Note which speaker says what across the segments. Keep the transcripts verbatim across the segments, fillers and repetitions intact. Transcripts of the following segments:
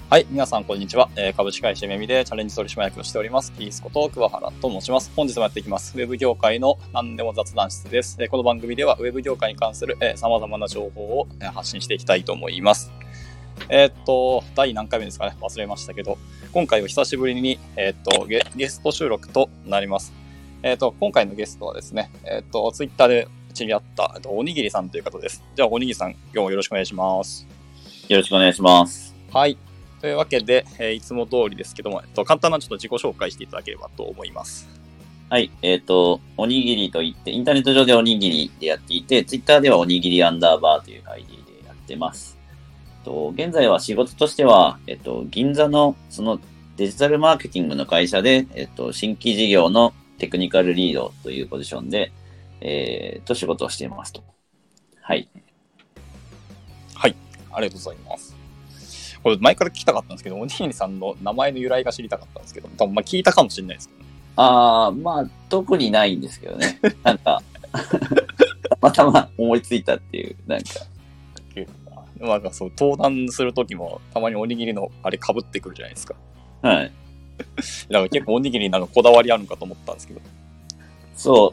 Speaker 1: はい、皆さんこんにちは。えー、株式会社めみでチャレンジ取締役をしております、キースこと桑原と申します。本日もやっていきます。ウェブ業界の何でも雑談室です。えー、この番組ではウェブ業界に関する、えー、様々な情報を、えー、発信していきたいと思います。えー、っと、第何回目ですかね、忘れましたけど、今回は久しぶりに、えー、っとゲ、ゲスト収録となります。えー、っと、今回のゲストはですね、えー、っと、ツイッターで知り合った、えっと、おにぎりさんという方です。じゃあ、おにぎりさん、今日もよろしくお願いします。
Speaker 2: よろしくお願いします。
Speaker 1: はい。というわけで、えー、いつも通りですけども、えっと、簡単なちょっと自己紹介していただければと思います。
Speaker 2: はい。えっ、ー、と、おにぎりといって、インターネット上でおにぎりでやっていて、ツイッターではおにぎりアンダーバーという アイディー でやってます。と現在は仕事としては、えっ、ー、と、銀座のそのデジタルマーケティングの会社で、えっ、ー、と、新規事業のテクニカルリードというポジションで、えー、と、仕事をしていますと。はい。
Speaker 1: はい。ありがとうございます。これ前から聞きたかったんですけど、おにぎりさんの名前の由来が知りたかったんですけど、多分まあ聞いたかもしれないですけどね。
Speaker 2: ああ、まあ、特にないんですけどね。なんか、たまたま思いついたっていう、なんか。
Speaker 1: なんかそう、登壇するときも、たまにおにぎりのあれ被ってくるじゃないですか。
Speaker 2: はい。
Speaker 1: だから結構おにぎりになんかこだわりあるのかと思ったんですけど。
Speaker 2: そう、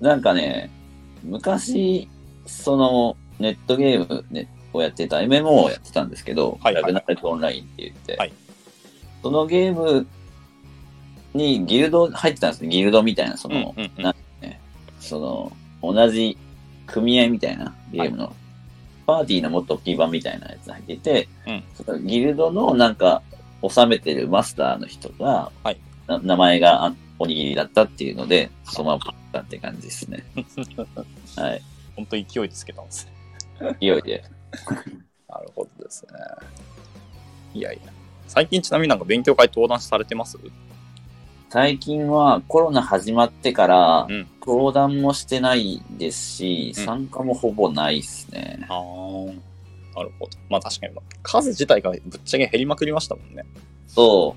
Speaker 2: なんかね、昔、その、ネットゲーム、ね、をやってた、エムエムオー をやってたんですけど、
Speaker 1: はいはいはい、
Speaker 2: ラグナレクオンラインって言って、
Speaker 1: はい、
Speaker 2: そのゲームにギルド入ってたんですね。ギルドみたいな、その、
Speaker 1: うんうんうん、
Speaker 2: なんね、その、同じ組合みたいなゲームの、はい、パーティーのもっと大きい版みたいなやつ入ってて、うん、そのギルドのなんか、収めてるマスターの人が、はい、名前がおにぎりだったっていうので、そのままだって感じですね。はい。
Speaker 1: 本当に勢いでつけたんです
Speaker 2: ね。勢いで。
Speaker 1: なるほどですね。いやいや。最近ちなみになんか勉強会登壇されてます？
Speaker 2: 最近はコロナ始まってから、登壇もしてないですし、うん、参加もほぼないですね。
Speaker 1: ああ、なるほど。まあ確かに数自体がぶっちゃけ減りまくりましたもんね。
Speaker 2: そう。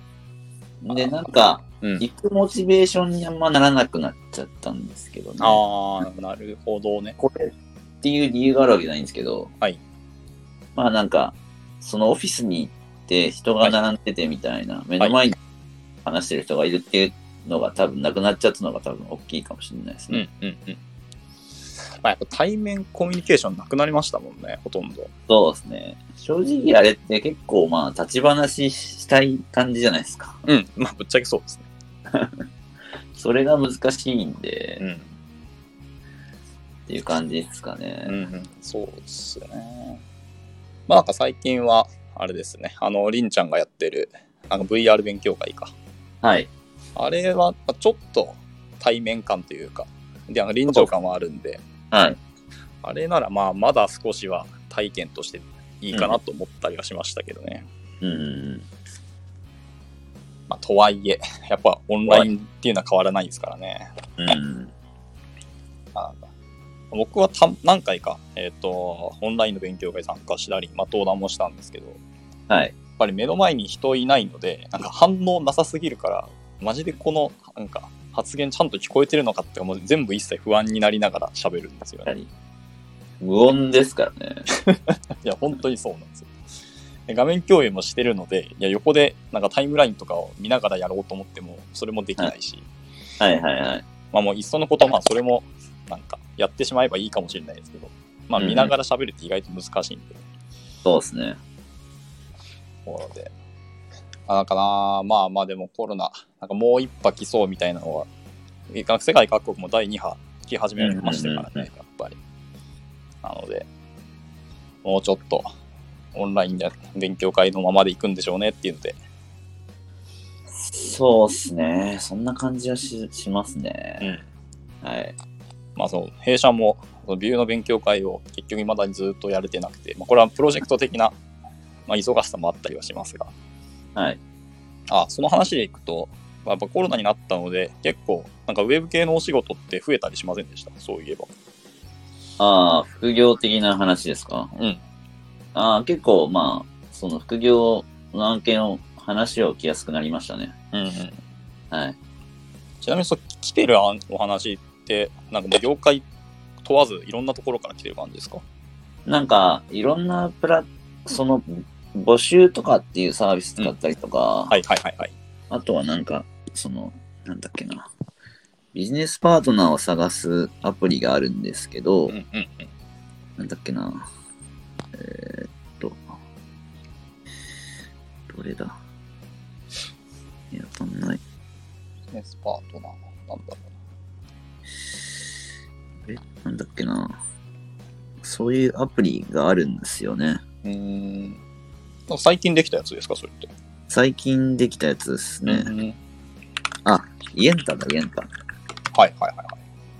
Speaker 2: で、なんか、うん、行くモチベーションにあんまならなくなっちゃったんですけどね。
Speaker 1: ああ、なるほどね。
Speaker 2: これっていう理由があるわけじゃないんですけど、
Speaker 1: はい。
Speaker 2: まあなんか、そのオフィスに行って人が並んでてみたいな、はい、目の前に話してる人がいるっていうのが多分なくなっちゃったのが多分大きいかもしれないですね。
Speaker 1: うんうんうん。まあ、やっぱ対面コミュニケーションなくなりましたもんね、ほとんど。
Speaker 2: そうですね。正直あれって結構まあ立ち話したい感じじゃないですか。
Speaker 1: うん、まあぶっちゃけそうですね。
Speaker 2: それが難しいんで、うん、っ
Speaker 1: て
Speaker 2: いう感じですかね。
Speaker 1: うん、うん、そうですね。まあなんか最近はあれですね、あのりんちゃんがやってるあの ブイアール 勉強会か。
Speaker 2: はい。
Speaker 1: あれはちょっと対面感というか、で臨場感はあるんで、
Speaker 2: はい。
Speaker 1: あれならまあまだ少しは体験としていいかなと思ったりはしましたけどね。
Speaker 2: うん。うん
Speaker 1: まあ、とはいえ、やっぱオンラインっていうのは変わらないですからね。
Speaker 2: うん。
Speaker 1: あ僕はた何回か、えっと、オンラインの勉強会参加したり、まあ、登壇もしたんですけど、
Speaker 2: はい。
Speaker 1: やっぱり目の前に人いないので、なんか反応なさすぎるから、マジでこのなんか発言ちゃんと聞こえてるのかってもう全部一切不安になりながら喋るんですよね。
Speaker 2: 無音ですからね。
Speaker 1: いや、本当にそうなんですよ。画面共有もしてるので、いや横でなんかタイムラインとかを見ながらやろうと思っても、それもできないし。
Speaker 2: はい、はい、はいはい。ま
Speaker 1: あもういっそのことはまあそれもなんかやってしまえばいいかもしれないですけど、まあ見ながら喋るって意外と難しいんで。うん、
Speaker 2: そうですね。
Speaker 1: なので、あなんかなまあまあでもコロナなんかもう一波来そうみたいなのは、世界各国もだいに波来始めましたからね、やっぱり。なので、もうちょっとオンラインで勉強会のままで行くんでしょうねっていうので。
Speaker 2: そうですね。そんな感じは し, しますね。うん。はい。
Speaker 1: まあそう、弊社もビューの勉強会を結局未だにずっとやれてなくて、まあ、これはプロジェクト的な、まあ、忙しさもあったりはしますが。
Speaker 2: はい。
Speaker 1: あ、その話でいくと、やっぱコロナになったので、結構なんかウェブ系のお仕事って増えたりしませんでした？そういえば。
Speaker 2: ああ、副業的な話ですか？
Speaker 1: うん。
Speaker 2: ああ、結構まあ、その副業の案件を話をきやすくなりましたね。
Speaker 1: うんうん。
Speaker 2: はい。
Speaker 1: ちなみにそう来てるお話って、なんかもう業界問わずいろんなところから来てる感じですか？
Speaker 2: なんか、いろんなプラ、その募集とかっていうサービス使ったりとか、
Speaker 1: はいはいはいはい。
Speaker 2: あとはなんか、その、なんだっけな。ビジネスパートナーを探すアプリがあるんですけど、
Speaker 1: うんうんうん。
Speaker 2: なんだっけな。えーっと、どれだいや、わかんない。
Speaker 1: ビジネスパートナーなんだろ
Speaker 2: え、なんだっけな。そういうアプリがあるんですよね。
Speaker 1: う。うーん。なんか最近できたやつですか、それって。
Speaker 2: 最近できたやつですね。
Speaker 1: うん、
Speaker 2: あ、イエンタだ、イエンタ。
Speaker 1: はいはいはい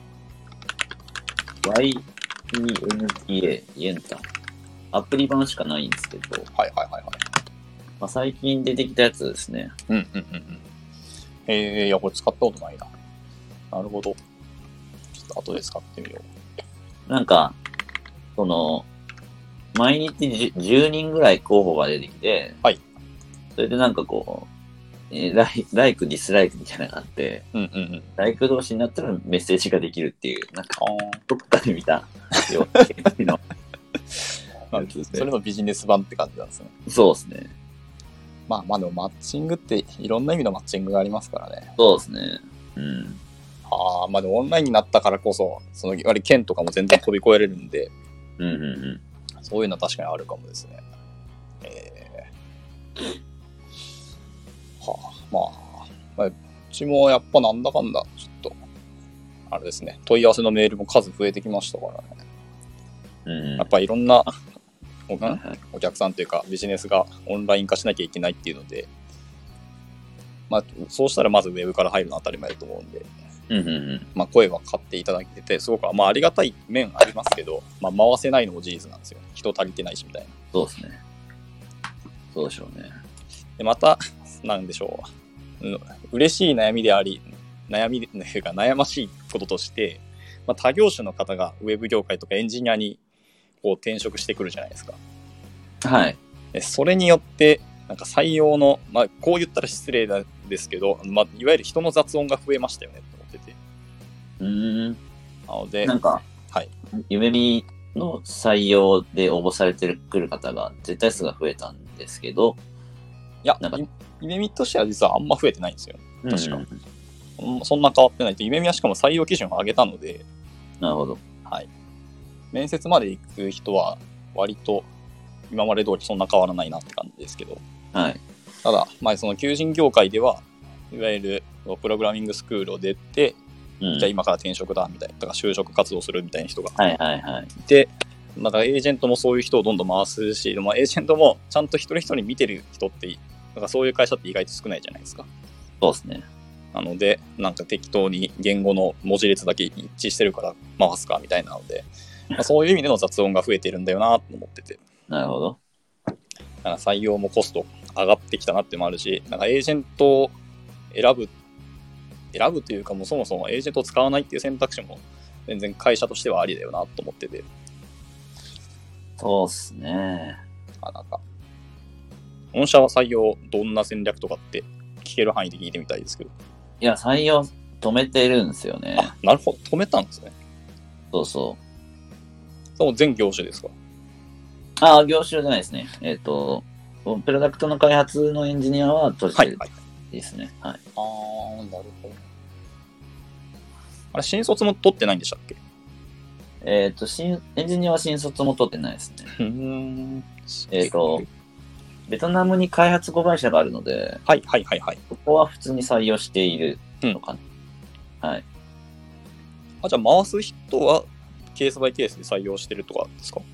Speaker 1: はい。
Speaker 2: ワイイーエヌティーエー、イエンタ。アプリ版しかないんですけど、
Speaker 1: はいはいはいはい。
Speaker 2: まあ、最近出てきたやつですね。
Speaker 1: うんうんうんうん。えー、いや、これ使ったことないな。なるほど。ちょっと後で使ってみよ
Speaker 2: なんか、その、毎日じゅうにんぐらい候補が出てきて、
Speaker 1: はい。
Speaker 2: それでなんかこう、えーライライク、ディスライクみたいなのがあって、
Speaker 1: う。うんうんうん。
Speaker 2: ライク同士になったらメッセージができるっていう、なんか、
Speaker 1: あ
Speaker 2: どっかで見たようなの
Speaker 1: あ、
Speaker 2: やつですね。
Speaker 1: それのビジネス版って感じなんですね。
Speaker 2: そうですね。
Speaker 1: まあまあでもマッチングっていろんな意味のマッチングがありますからね。
Speaker 2: そうですね。うん。
Speaker 1: ああ、まあでもオンラインになったからこそ、そのいわゆる県とかも全然飛び越えれるんで、
Speaker 2: うんうんうん。
Speaker 1: そういうのは確かにあるかもですね。えー、はあ、まあ、まあ、うちもやっぱなんだかんだ、ちょっと、あれですね、問い合わせのメールも数増えてきましたからね。
Speaker 2: うんうん、
Speaker 1: やっぱいろんなお、
Speaker 2: はいはい、
Speaker 1: お客さんというかビジネスがオンライン化しなきゃいけないっていうので、まあ、そうしたらまずウェブから入るのは当たり前だと思うんで、
Speaker 2: うんうんうん、
Speaker 1: まあ、声は買っていただけて、すごく、まあ、ありがたい面ありますけど、まあ、回せないのも事実なんですよ。人足りてないしみたいな。
Speaker 2: そうですね。そうでしょうね。
Speaker 1: で、また、なんでしょう。うん、嬉しい悩みであり、悩みというか悩ましいこととして、まあ、他業種の方がウェブ業界とかエンジニアにこう転職してくるじゃないですか。
Speaker 2: はい。
Speaker 1: でそれによって、なんか採用の、まあ、こう言ったら失礼なんですけど、まあ、いわゆる人の雑音が増えましたよねって思ってて。
Speaker 2: うーん。
Speaker 1: なので、
Speaker 2: なんか、
Speaker 1: はい。
Speaker 2: 夢見の採用で応募されてくる方が絶対数が増えたんですけど、
Speaker 1: いや、
Speaker 2: なんか、
Speaker 1: 夢見としては実はあんま増えてないんですよ。確か。
Speaker 2: うん、
Speaker 1: そんな変わってないと、夢見はしかも採用基準を上げたので、
Speaker 2: なるほど。
Speaker 1: はい。面接まで行く人は割と今まで通りそんな変わらないなって感じですけど、
Speaker 2: はい。
Speaker 1: ただ、まあ、その求人業界では、いわゆるプログラミングスクールを出て、うん、じゃあ今から転職だみたいな、だから就職活動するみたいな人がいて、
Speaker 2: はいはいはい。
Speaker 1: で、だからエージェントもそういう人をどんどん回すし、まあ、エージェントもちゃんと一人一人見てる人って、だからそういう会社って意外と少ないじゃないですか。
Speaker 2: そうですね。
Speaker 1: なので、なんか適当に言語の文字列だけ一致してるから回すかみたいなので、まあ、そういう意味での雑音が増えてるんだよなと思ってて。
Speaker 2: なるほど。
Speaker 1: なんか採用もコスト上がってきたなってのもあるし、なんかエージェントを選ぶ、選ぶというかもうそもそもエージェントを使わないっていう選択肢も全然会社としてはありだよなと思ってて。
Speaker 2: そうっすね。
Speaker 1: あ、なんか、御社は採用どんな戦略とかって聞ける範囲で聞いてみたいですけど。
Speaker 2: いや、採用止めてるんですよね。
Speaker 1: あ、なるほど。止めたんですね。
Speaker 2: そうそう。
Speaker 1: それも全業種ですか？
Speaker 2: ああ、業種じゃないですね。えっ、ー、と、プロダクトの開発のエンジニアは閉じてるですね。はい。はい、
Speaker 1: ああ、なるほど。あれ、新卒も取ってないんでしたっけ？
Speaker 2: えっ、ー、と、新、エンジニアは新卒も取ってないですね。
Speaker 1: うん。
Speaker 2: えっ、ー、と、ベトナムに開発子会社があるので、
Speaker 1: はいはいはいはい。
Speaker 2: ここは普通に採用しているのかな。うん、はい。
Speaker 1: あ、じゃあ回す人はケースバイケースで採用してるとかですか？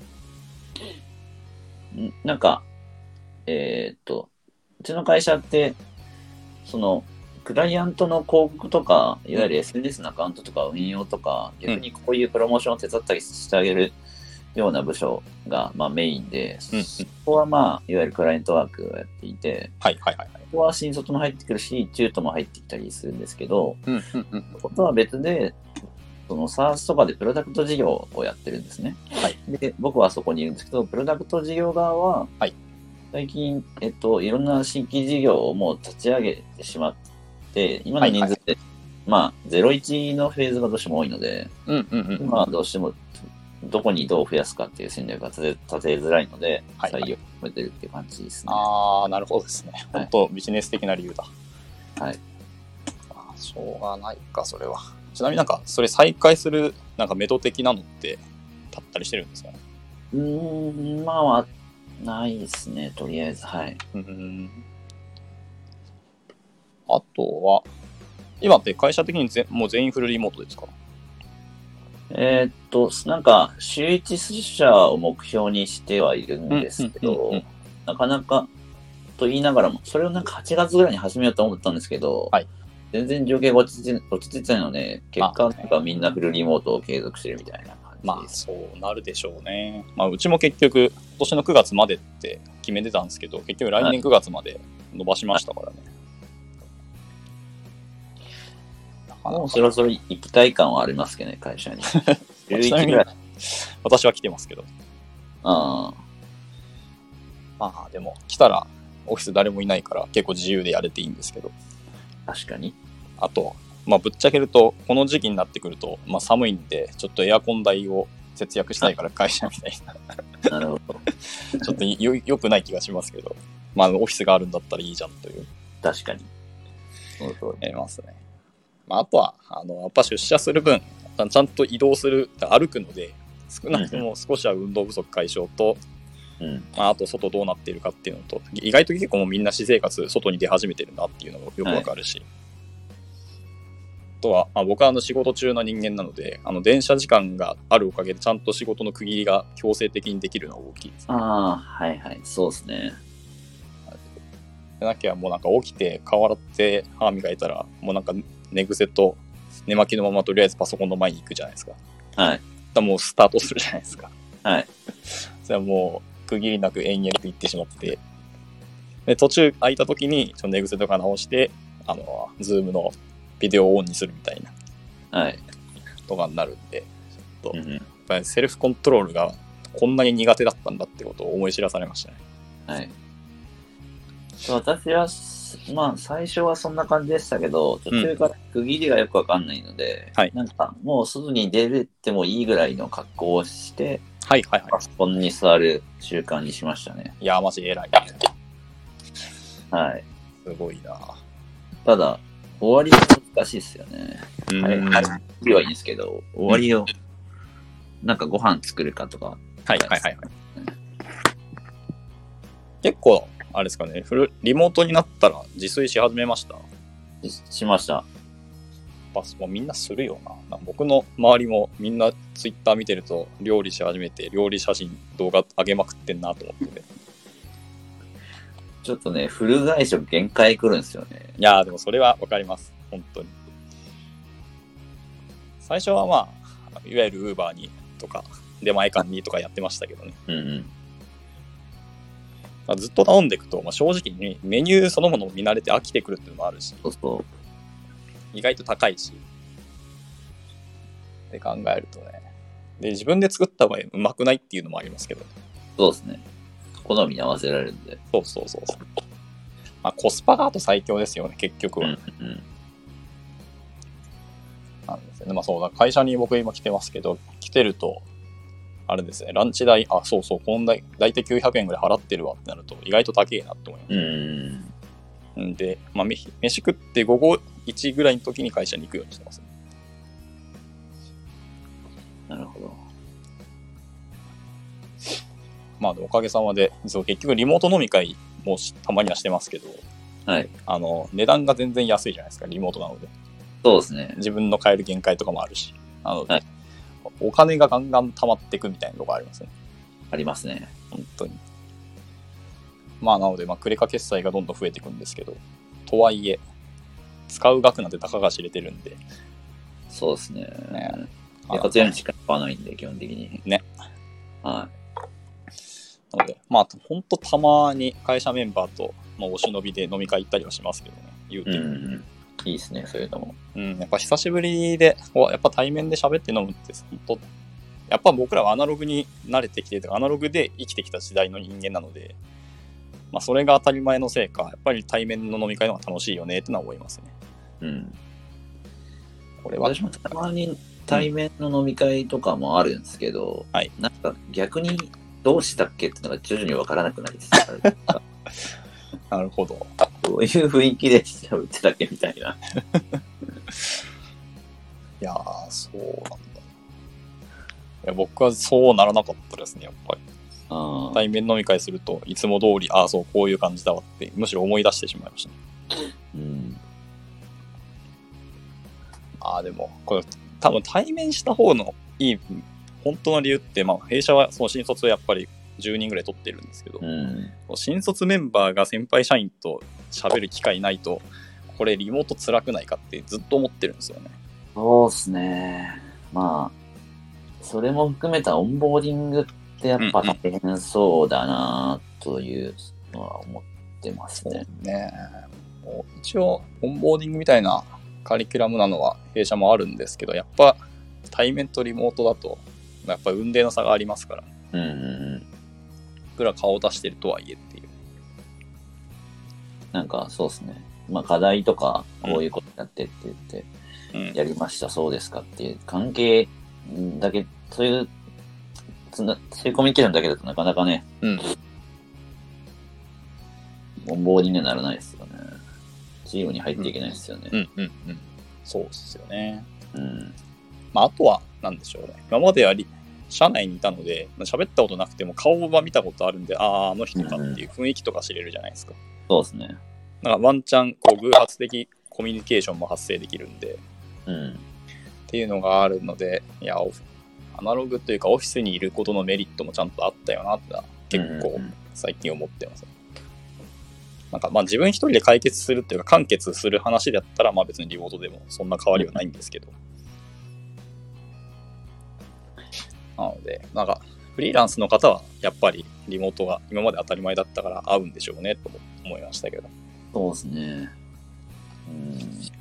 Speaker 2: んなんか、えっ、ー、と、うちの会社って、その、クライアントの広告とか、いわゆる エスエヌエス のアカウントとか運用とか、うん、逆にこういうプロモーションを手伝ったりしてあげるような部署が、まあ、メインで、うん、そこはまあ、いわゆるクライアントワークをやっていて、
Speaker 1: はいはいはい、はい。
Speaker 2: ここは新卒も入ってくるし、中途も入ってきたりするんですけど、
Speaker 1: うんうんうん、
Speaker 2: そことは別で、その SaaS とかでプロダクト事業をやってるんですね。
Speaker 1: はい。
Speaker 2: で、僕はそこにいるんですけど、プロダクト事業側は、
Speaker 1: はい、
Speaker 2: 最近、えっと、いろんな新規事業をもう立ち上げてしまって、今の人数で、はいはい、まあ、ゼロイチのフェーズがどうしても多いので、
Speaker 1: うんうんうん、
Speaker 2: 今はどうしてもどこにどう増やすかっていう戦略が立て立てづらいので、
Speaker 1: はいはい
Speaker 2: 採用を含めてるっていう感じですね。
Speaker 1: ああ、なるほどですね。本当ビジネス的な理由だ。
Speaker 2: はい。
Speaker 1: あーしょうがないか、それは。ちなみになんか、それ再開する、なんかメド的なのって立ったりしてるんですかね。
Speaker 2: うーん、まあまあ、ないですね、とりあえず。はい。
Speaker 1: うーん。あとは、今って会社的にぜもう全員フルリモートですか？
Speaker 2: えーっと、なんか、週一出社を目標にしてはいるんですけど、
Speaker 1: うんうんうんうん、
Speaker 2: なかなか、と言いながらも、それをなんかはちがつぐらいに始めようと思ったんですけど、
Speaker 1: はい、
Speaker 2: 全然状況が落ち着いて落ち着いてないので、結果、
Speaker 1: まあ
Speaker 2: なんかみんなフルリモートを継続してるみたいな感じです。
Speaker 1: まあ、そうなるでしょうね。まあ、うちも結局、今年のくがつまでって決めてたんですけど、結局来年くがつまで伸ばしましたからね。
Speaker 2: はい、もうそろそろ行きたい感はありますけどね、会社に。じゅういちぐらい。
Speaker 1: 私は来てますけど。
Speaker 2: あ
Speaker 1: まあ、でも、来たらオフィス誰もいないから結構自由でやれていいんですけど。
Speaker 2: 確かに。
Speaker 1: あと、まあ、ぶっちゃけると、この時期になってくると、まあ、寒いんで、ちょっとエアコン代を節約したいから会社みたい
Speaker 2: な。なるほど。
Speaker 1: ちょっとよ良くない気がしますけど、まあ、オフィスがあるんだったらいいじゃんという。
Speaker 2: 確かに。そうそう。
Speaker 1: やりますね。まあ、あとは、あの、やっぱ出社する分、ちゃんと移動する、歩くので、少なくとも少しは運動不足解消と、
Speaker 2: うん、
Speaker 1: まあ、あと外どうなっているかっていうのと、意外と結構もうみんな私生活外に出始めてるなっていうのがよくわかるし、はい、あとは、まあ、僕はあの仕事中の人間なので、あの電車時間があるおかげでちゃんと仕事の区切りが強制的にできるのが大きいです、ね。
Speaker 2: ああ、はいはい、そうですね。
Speaker 1: でなきゃもうなんか起きて顔洗って歯磨いたらもうなんか寝癖と寝巻きのままとりあえずパソコンの前に行くじゃないですか。
Speaker 2: はい。
Speaker 1: だもうスタートするじゃないですか。
Speaker 2: はい。
Speaker 1: それはもう区切りなく延々と行ってしまって、で途中空いた時にちょっと寝癖とか直してあのズームのビデオをオンにするみたい
Speaker 2: な、はい、
Speaker 1: とかになるんで、ちょっと、
Speaker 2: うん、
Speaker 1: やっぱりセルフコントロールがこんなに苦手だったんだってことを思い知らされましたね。
Speaker 2: はい。私はまあ最初はそんな感じでしたけど、途中から区切りがよくわかんないので、
Speaker 1: うん、はい、
Speaker 2: なんかもう外に出れてもいいぐらいの格好をして、
Speaker 1: はいはいはい、
Speaker 2: パソコンに座る習慣にしましたね。
Speaker 1: いやマジ偉い。
Speaker 2: はい。
Speaker 1: すごいな。
Speaker 2: ただ終わりが難しいですよね。
Speaker 1: うん、
Speaker 2: はい、はい、はいいんですけど、終わりを、うん、なんかご飯作るかとか。
Speaker 1: はいはいはいはい。結構あれですかね、フルリモートになったら自炊し始めました？
Speaker 2: しました。
Speaker 1: もうみんなするよな。なんか僕の周りもみんなツイッター見てると料理し始めて料理写真動画上げまくってんなと思ってて。
Speaker 2: ちょっとね、フル外食限界来るんですよね。
Speaker 1: いやーでもそれはわかります。本当に。最初はまあ、いわゆるウーバーにとか出前館にとかやってましたけどね。
Speaker 2: うんうん。
Speaker 1: まあ、ずっと頼んでいくと、まあ、正直にメニューそのものを見慣れて飽きてくるっていうのもあるし、
Speaker 2: そうそう
Speaker 1: 意外と高いしって考えるとね、で自分で作った方がうまくないっていうのもありますけど、
Speaker 2: そうですね、好みに合わせられるんで、
Speaker 1: そうそうそうそう、まあ、コスパがあと最強ですよね結局は、
Speaker 2: うんうん、
Speaker 1: なんですよね。まあそうだ、会社に僕今来てますけど、来てるとあれですね、ランチ代、あ、そうそう、こんだだいたいきゅうひゃくえんぐらい払ってるわってなると意外と高えなって思います。うん。んで、まあ、飯食って午後いちぐらいの時に会社に行くようにしてます、ね。
Speaker 2: なるほど。
Speaker 1: まあ、おかげさまで、そう結局リモート飲み会もたまにはしてますけど、
Speaker 2: はい。
Speaker 1: あの、値段が全然安いじゃないですか、リモートなので。
Speaker 2: そうですね。
Speaker 1: 自分の買える限界とかもあるし。なので、
Speaker 2: はい、
Speaker 1: お金がガンガン溜まっていくみたいなところありますね。
Speaker 2: ありますね。
Speaker 1: 本当に。まあなので、まあ、クレカ決済がどんどん増えていくんですけど、とはいえ、使う額なんてたかが知れてるんで。
Speaker 2: そうですね。
Speaker 1: ね、
Speaker 2: 生活用にしか使わないんで、基本的に。
Speaker 1: ね。
Speaker 2: はい。
Speaker 1: なので、まあ、ほんとたまに会社メンバーと、まあ、お忍びで飲み会行ったりはしますけどね、言うて。
Speaker 2: うん、いいですね、そういうのも。
Speaker 1: うん、やっぱ久しぶりで、やっぱ対面で喋って飲むって、本当やっぱ僕らはアナログに慣れてきてとか、アナログで生きてきた時代の人間なので、まあ、それが当たり前のせいか、やっぱり対面の飲み会の方が楽しいよねってのは思いますね。
Speaker 2: うん。
Speaker 1: これは
Speaker 2: 私もたまに対面の飲み会とかもあるんですけど、
Speaker 1: はい。
Speaker 2: なんか逆にどうしたっけっていうのが徐々にわからなくなりつつある。
Speaker 1: なるほど。
Speaker 2: どういう雰囲気で喋ってたっけみたいな。
Speaker 1: いやー、そうなんだ。いや、僕はそうならなかったですね、やっぱり。
Speaker 2: あ
Speaker 1: 対面飲み会すると、いつも通り、ああ、そう、こういう感じだわって、むしろ思い出してしまいましたね。
Speaker 2: うん。
Speaker 1: ああ、でも、これ、多分対面した方のいい、本当の理由って、まあ、弊社はその新卒をやっぱりじゅうにんぐらい取ってるんですけど、
Speaker 2: うん、
Speaker 1: 新卒メンバーが先輩社員と喋る機会ないと、これリモート辛くないかってずっと思ってるんですよね。
Speaker 2: そうですね。まあ、それも含めたオンボーディングってやっぱ大変そうだなというのは思ってますね。
Speaker 1: そうね。もう一応、オンボーディングみたいなカリキュラムなのは弊社もあるんですけど、やっぱ対面とリモートだと、やっぱ運命の差がありますから、
Speaker 2: うんうんうん。
Speaker 1: いくら顔を出してるとはいえっていう。
Speaker 2: なんかそうですね。まあ課題とかこういうことやってって言って、
Speaker 1: うん、
Speaker 2: やりました、そうですかっていう関係だけ、そういう、つなそういうコミュニケーションだけだとなかなかね、
Speaker 1: うん、
Speaker 2: オンボーディングにはならないですよね。チームに入っていけないですよね。
Speaker 1: うん、うん、うん。そうですよね。
Speaker 2: うん。
Speaker 1: まあ、あとは、なんでしょうね。今まではり社内にいたので、喋ったことなくても顔は見たことあるんで、ああ、あの人かっていう雰囲気とか知れるじゃないですか。
Speaker 2: そうですね。
Speaker 1: なんかワンチャン、こう、偶発的コミュニケーションも発生できるんで、
Speaker 2: うん。
Speaker 1: っていうのがあるので、いや、アナログというかオフィスにいることのメリットもちゃんとあったよなって結構最近思ってます。なんかまあ自分一人で解決するっていうか完結する話だったらまあ別にリモートでもそんな変わりはないんですけど。なので、なんかフリーランスの方はやっぱりリモートが今まで当たり前だったから合うんでしょうねと思いましたけど。
Speaker 2: そうですね。うん。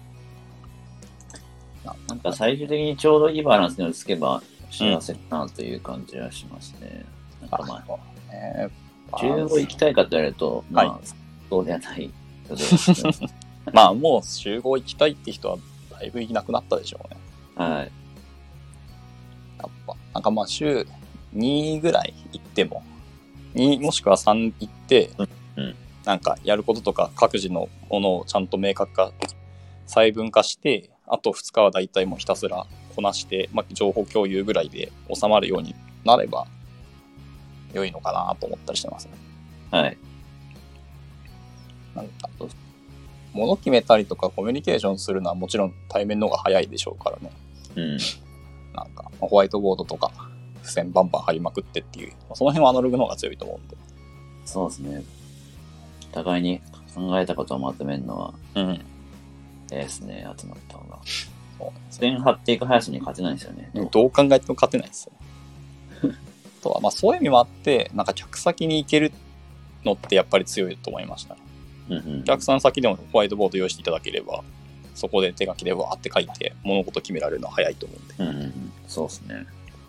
Speaker 2: なんか最終的にちょうどいいバランスにつけば幸せかなという感じはしますね。うん、なんかまあ、えー、じゅうご行きたいかと言われると、まあ、はい、そうではない。
Speaker 1: まあもう集合行きたいって人はだいぶいなくなったでしょうね。
Speaker 2: はい。
Speaker 1: やっぱ、なんかまあ週にぐらい行っても、にもしくはさん行って、
Speaker 2: うん、
Speaker 1: なんかやることとか各自のものをちゃんと明確化、細分化して、あとふつかはだいたいもうひたすらこなして、まあ、情報共有ぐらいで収まるようになれば良いのかなと思ったりしてますね。
Speaker 2: はい。
Speaker 1: なんか、物決めたりとかコミュニケーションするのはもちろん対面の方が早いでしょうからね。
Speaker 2: うん。
Speaker 1: なんか、ホワイトボードとか付箋バンバン貼りまくってっていう、その辺はアナログの方が強いと思うんで。
Speaker 2: そうですね。互いに考えたことをまとめるのは、
Speaker 1: うん。
Speaker 2: ですね、集まった方が。付箋貼っていく林に勝てないんですよね。
Speaker 1: どう考えても勝てないですよね。とは、まあそういう意味もあって、なんか客先に行けるのってやっぱり強いと思いましたね。
Speaker 2: うんうん、
Speaker 1: お客さん先でもホワイトボード用意していただければ、そこで手書きでわーって書いて物事決められるのは早いと思うんで。
Speaker 2: うんうんうん、そうですね。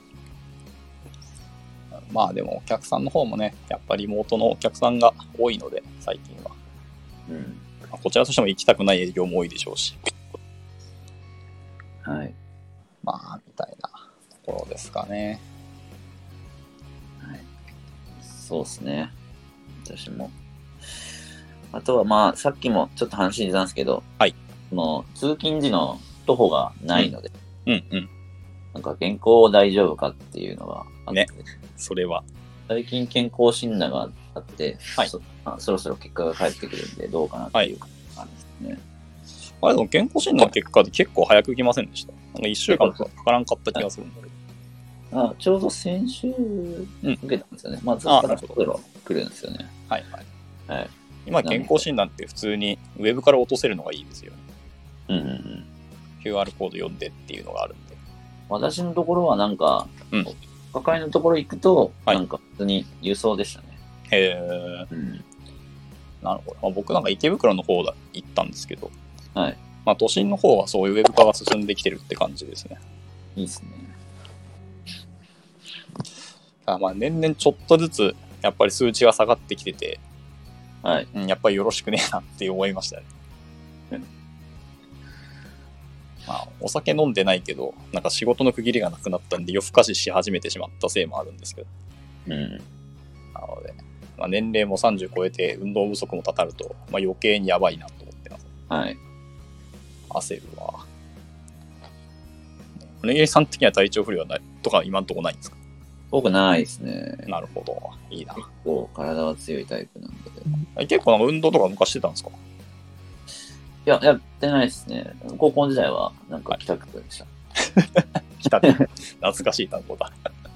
Speaker 1: まあでもお客さんの方もね、やっぱりリモートのお客さんが多いので、最近は。
Speaker 2: うん
Speaker 1: まあ、こちらとしても行きたくない営業も多いでしょうし。
Speaker 2: はい。
Speaker 1: まあ、みたいなところですかね。
Speaker 2: はい。そうですね。私も。あとはまあ、さっきもちょっと話に出たんですけど、
Speaker 1: はい。
Speaker 2: その通勤時の徒歩がないので、
Speaker 1: うん、うん、うん。
Speaker 2: なんか健康大丈夫かっていうのがあって、
Speaker 1: ね、それは。
Speaker 2: 最近健康診断があって、
Speaker 1: はい、
Speaker 2: そ, そろそろ結果が返ってくるんで、どうかなっていう感じですね。
Speaker 1: はい、あれでも健康診断の結果って結構早く来ませんでした。なんかいっしゅうかんかからんかった気がするんだけ
Speaker 2: ど。あちょうど先週受けたんですよね。うん、まあ、そこからそろそろ来るんですよね。
Speaker 1: はいはい。
Speaker 2: はい。
Speaker 1: 今健康診断って普通にウェブから落とせるのがいいですよね。
Speaker 2: うんうんうん。
Speaker 1: キューアール コード読んでっていうのがあるんで。
Speaker 2: 私のところはなんか、
Speaker 1: うん、
Speaker 2: 抱えのところ行くと、なんか普通に郵送でしたね。
Speaker 1: はい、へえ、うん。なるほど。まあ、僕なんか池袋の方だ行ったんですけど、
Speaker 2: はい。
Speaker 1: まあ都心の方はそういうウェブ化が進んできてるって感じですね。
Speaker 2: いいですね。
Speaker 1: あまあ年々ちょっとずつやっぱり数値が下がってきてて、
Speaker 2: はい。
Speaker 1: うん、やっぱりよろしくねえなって思いましたね。 まあ、お酒飲んでないけど、なんか仕事の区切りがなくなったんで夜更かしし始めてしまったせいもあるんですけど。
Speaker 2: うん。
Speaker 1: なので、まあ、年齢もさんじゅう超えて運動不足もたたると、まあ、余計にやばいなと思ってます。
Speaker 2: はい。
Speaker 1: 焦るわ。おにぎりさん的には体調不良はないとか今んとこないんですか？
Speaker 2: 僕ないですね。
Speaker 1: なるほど。いいな。
Speaker 2: 結構体は強いタイプなんで。
Speaker 1: 結構なんか運動とか昔してたんですか？
Speaker 2: いや、やってないですね。高校時代はなんか帰宅部でした。
Speaker 1: 来たね。懐かしい単語だ。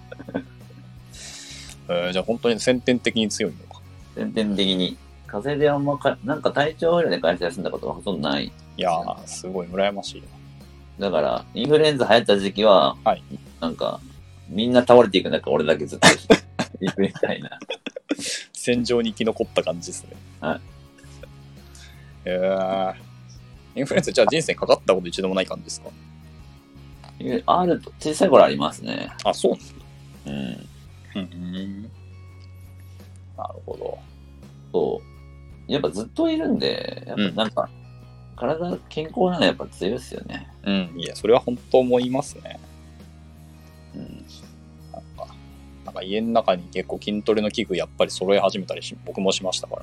Speaker 1: えー、じゃあ本当に先天的に強いのか。
Speaker 2: 先天的に。風邪であんまか、なんか体調不良で会社休んだことはほとんどない、ね。
Speaker 1: いやー、すごい羨ましい。
Speaker 2: だから、インフルエンザ流行った時期は、
Speaker 1: はい、
Speaker 2: なんか、みんな倒れていく中、俺だけずっと行くみたいな。
Speaker 1: 戦場に生き残った感じですね。
Speaker 2: はい。
Speaker 1: えー、インフルエンザじゃあ人生かかったこと一度もない感じですか？
Speaker 2: あると、小さい頃ありますね。
Speaker 1: あ、そう
Speaker 2: うん。
Speaker 1: うん。なるほど。
Speaker 2: そう。やっぱずっといるんで、やっぱなんか、うん、体健康なのはやっぱ強いですよね。
Speaker 1: うん。いや、それは本当思いますね。
Speaker 2: うん。
Speaker 1: なんか、なんか家の中に結構筋トレの器具やっぱり揃え始めたりし、僕もしましたから。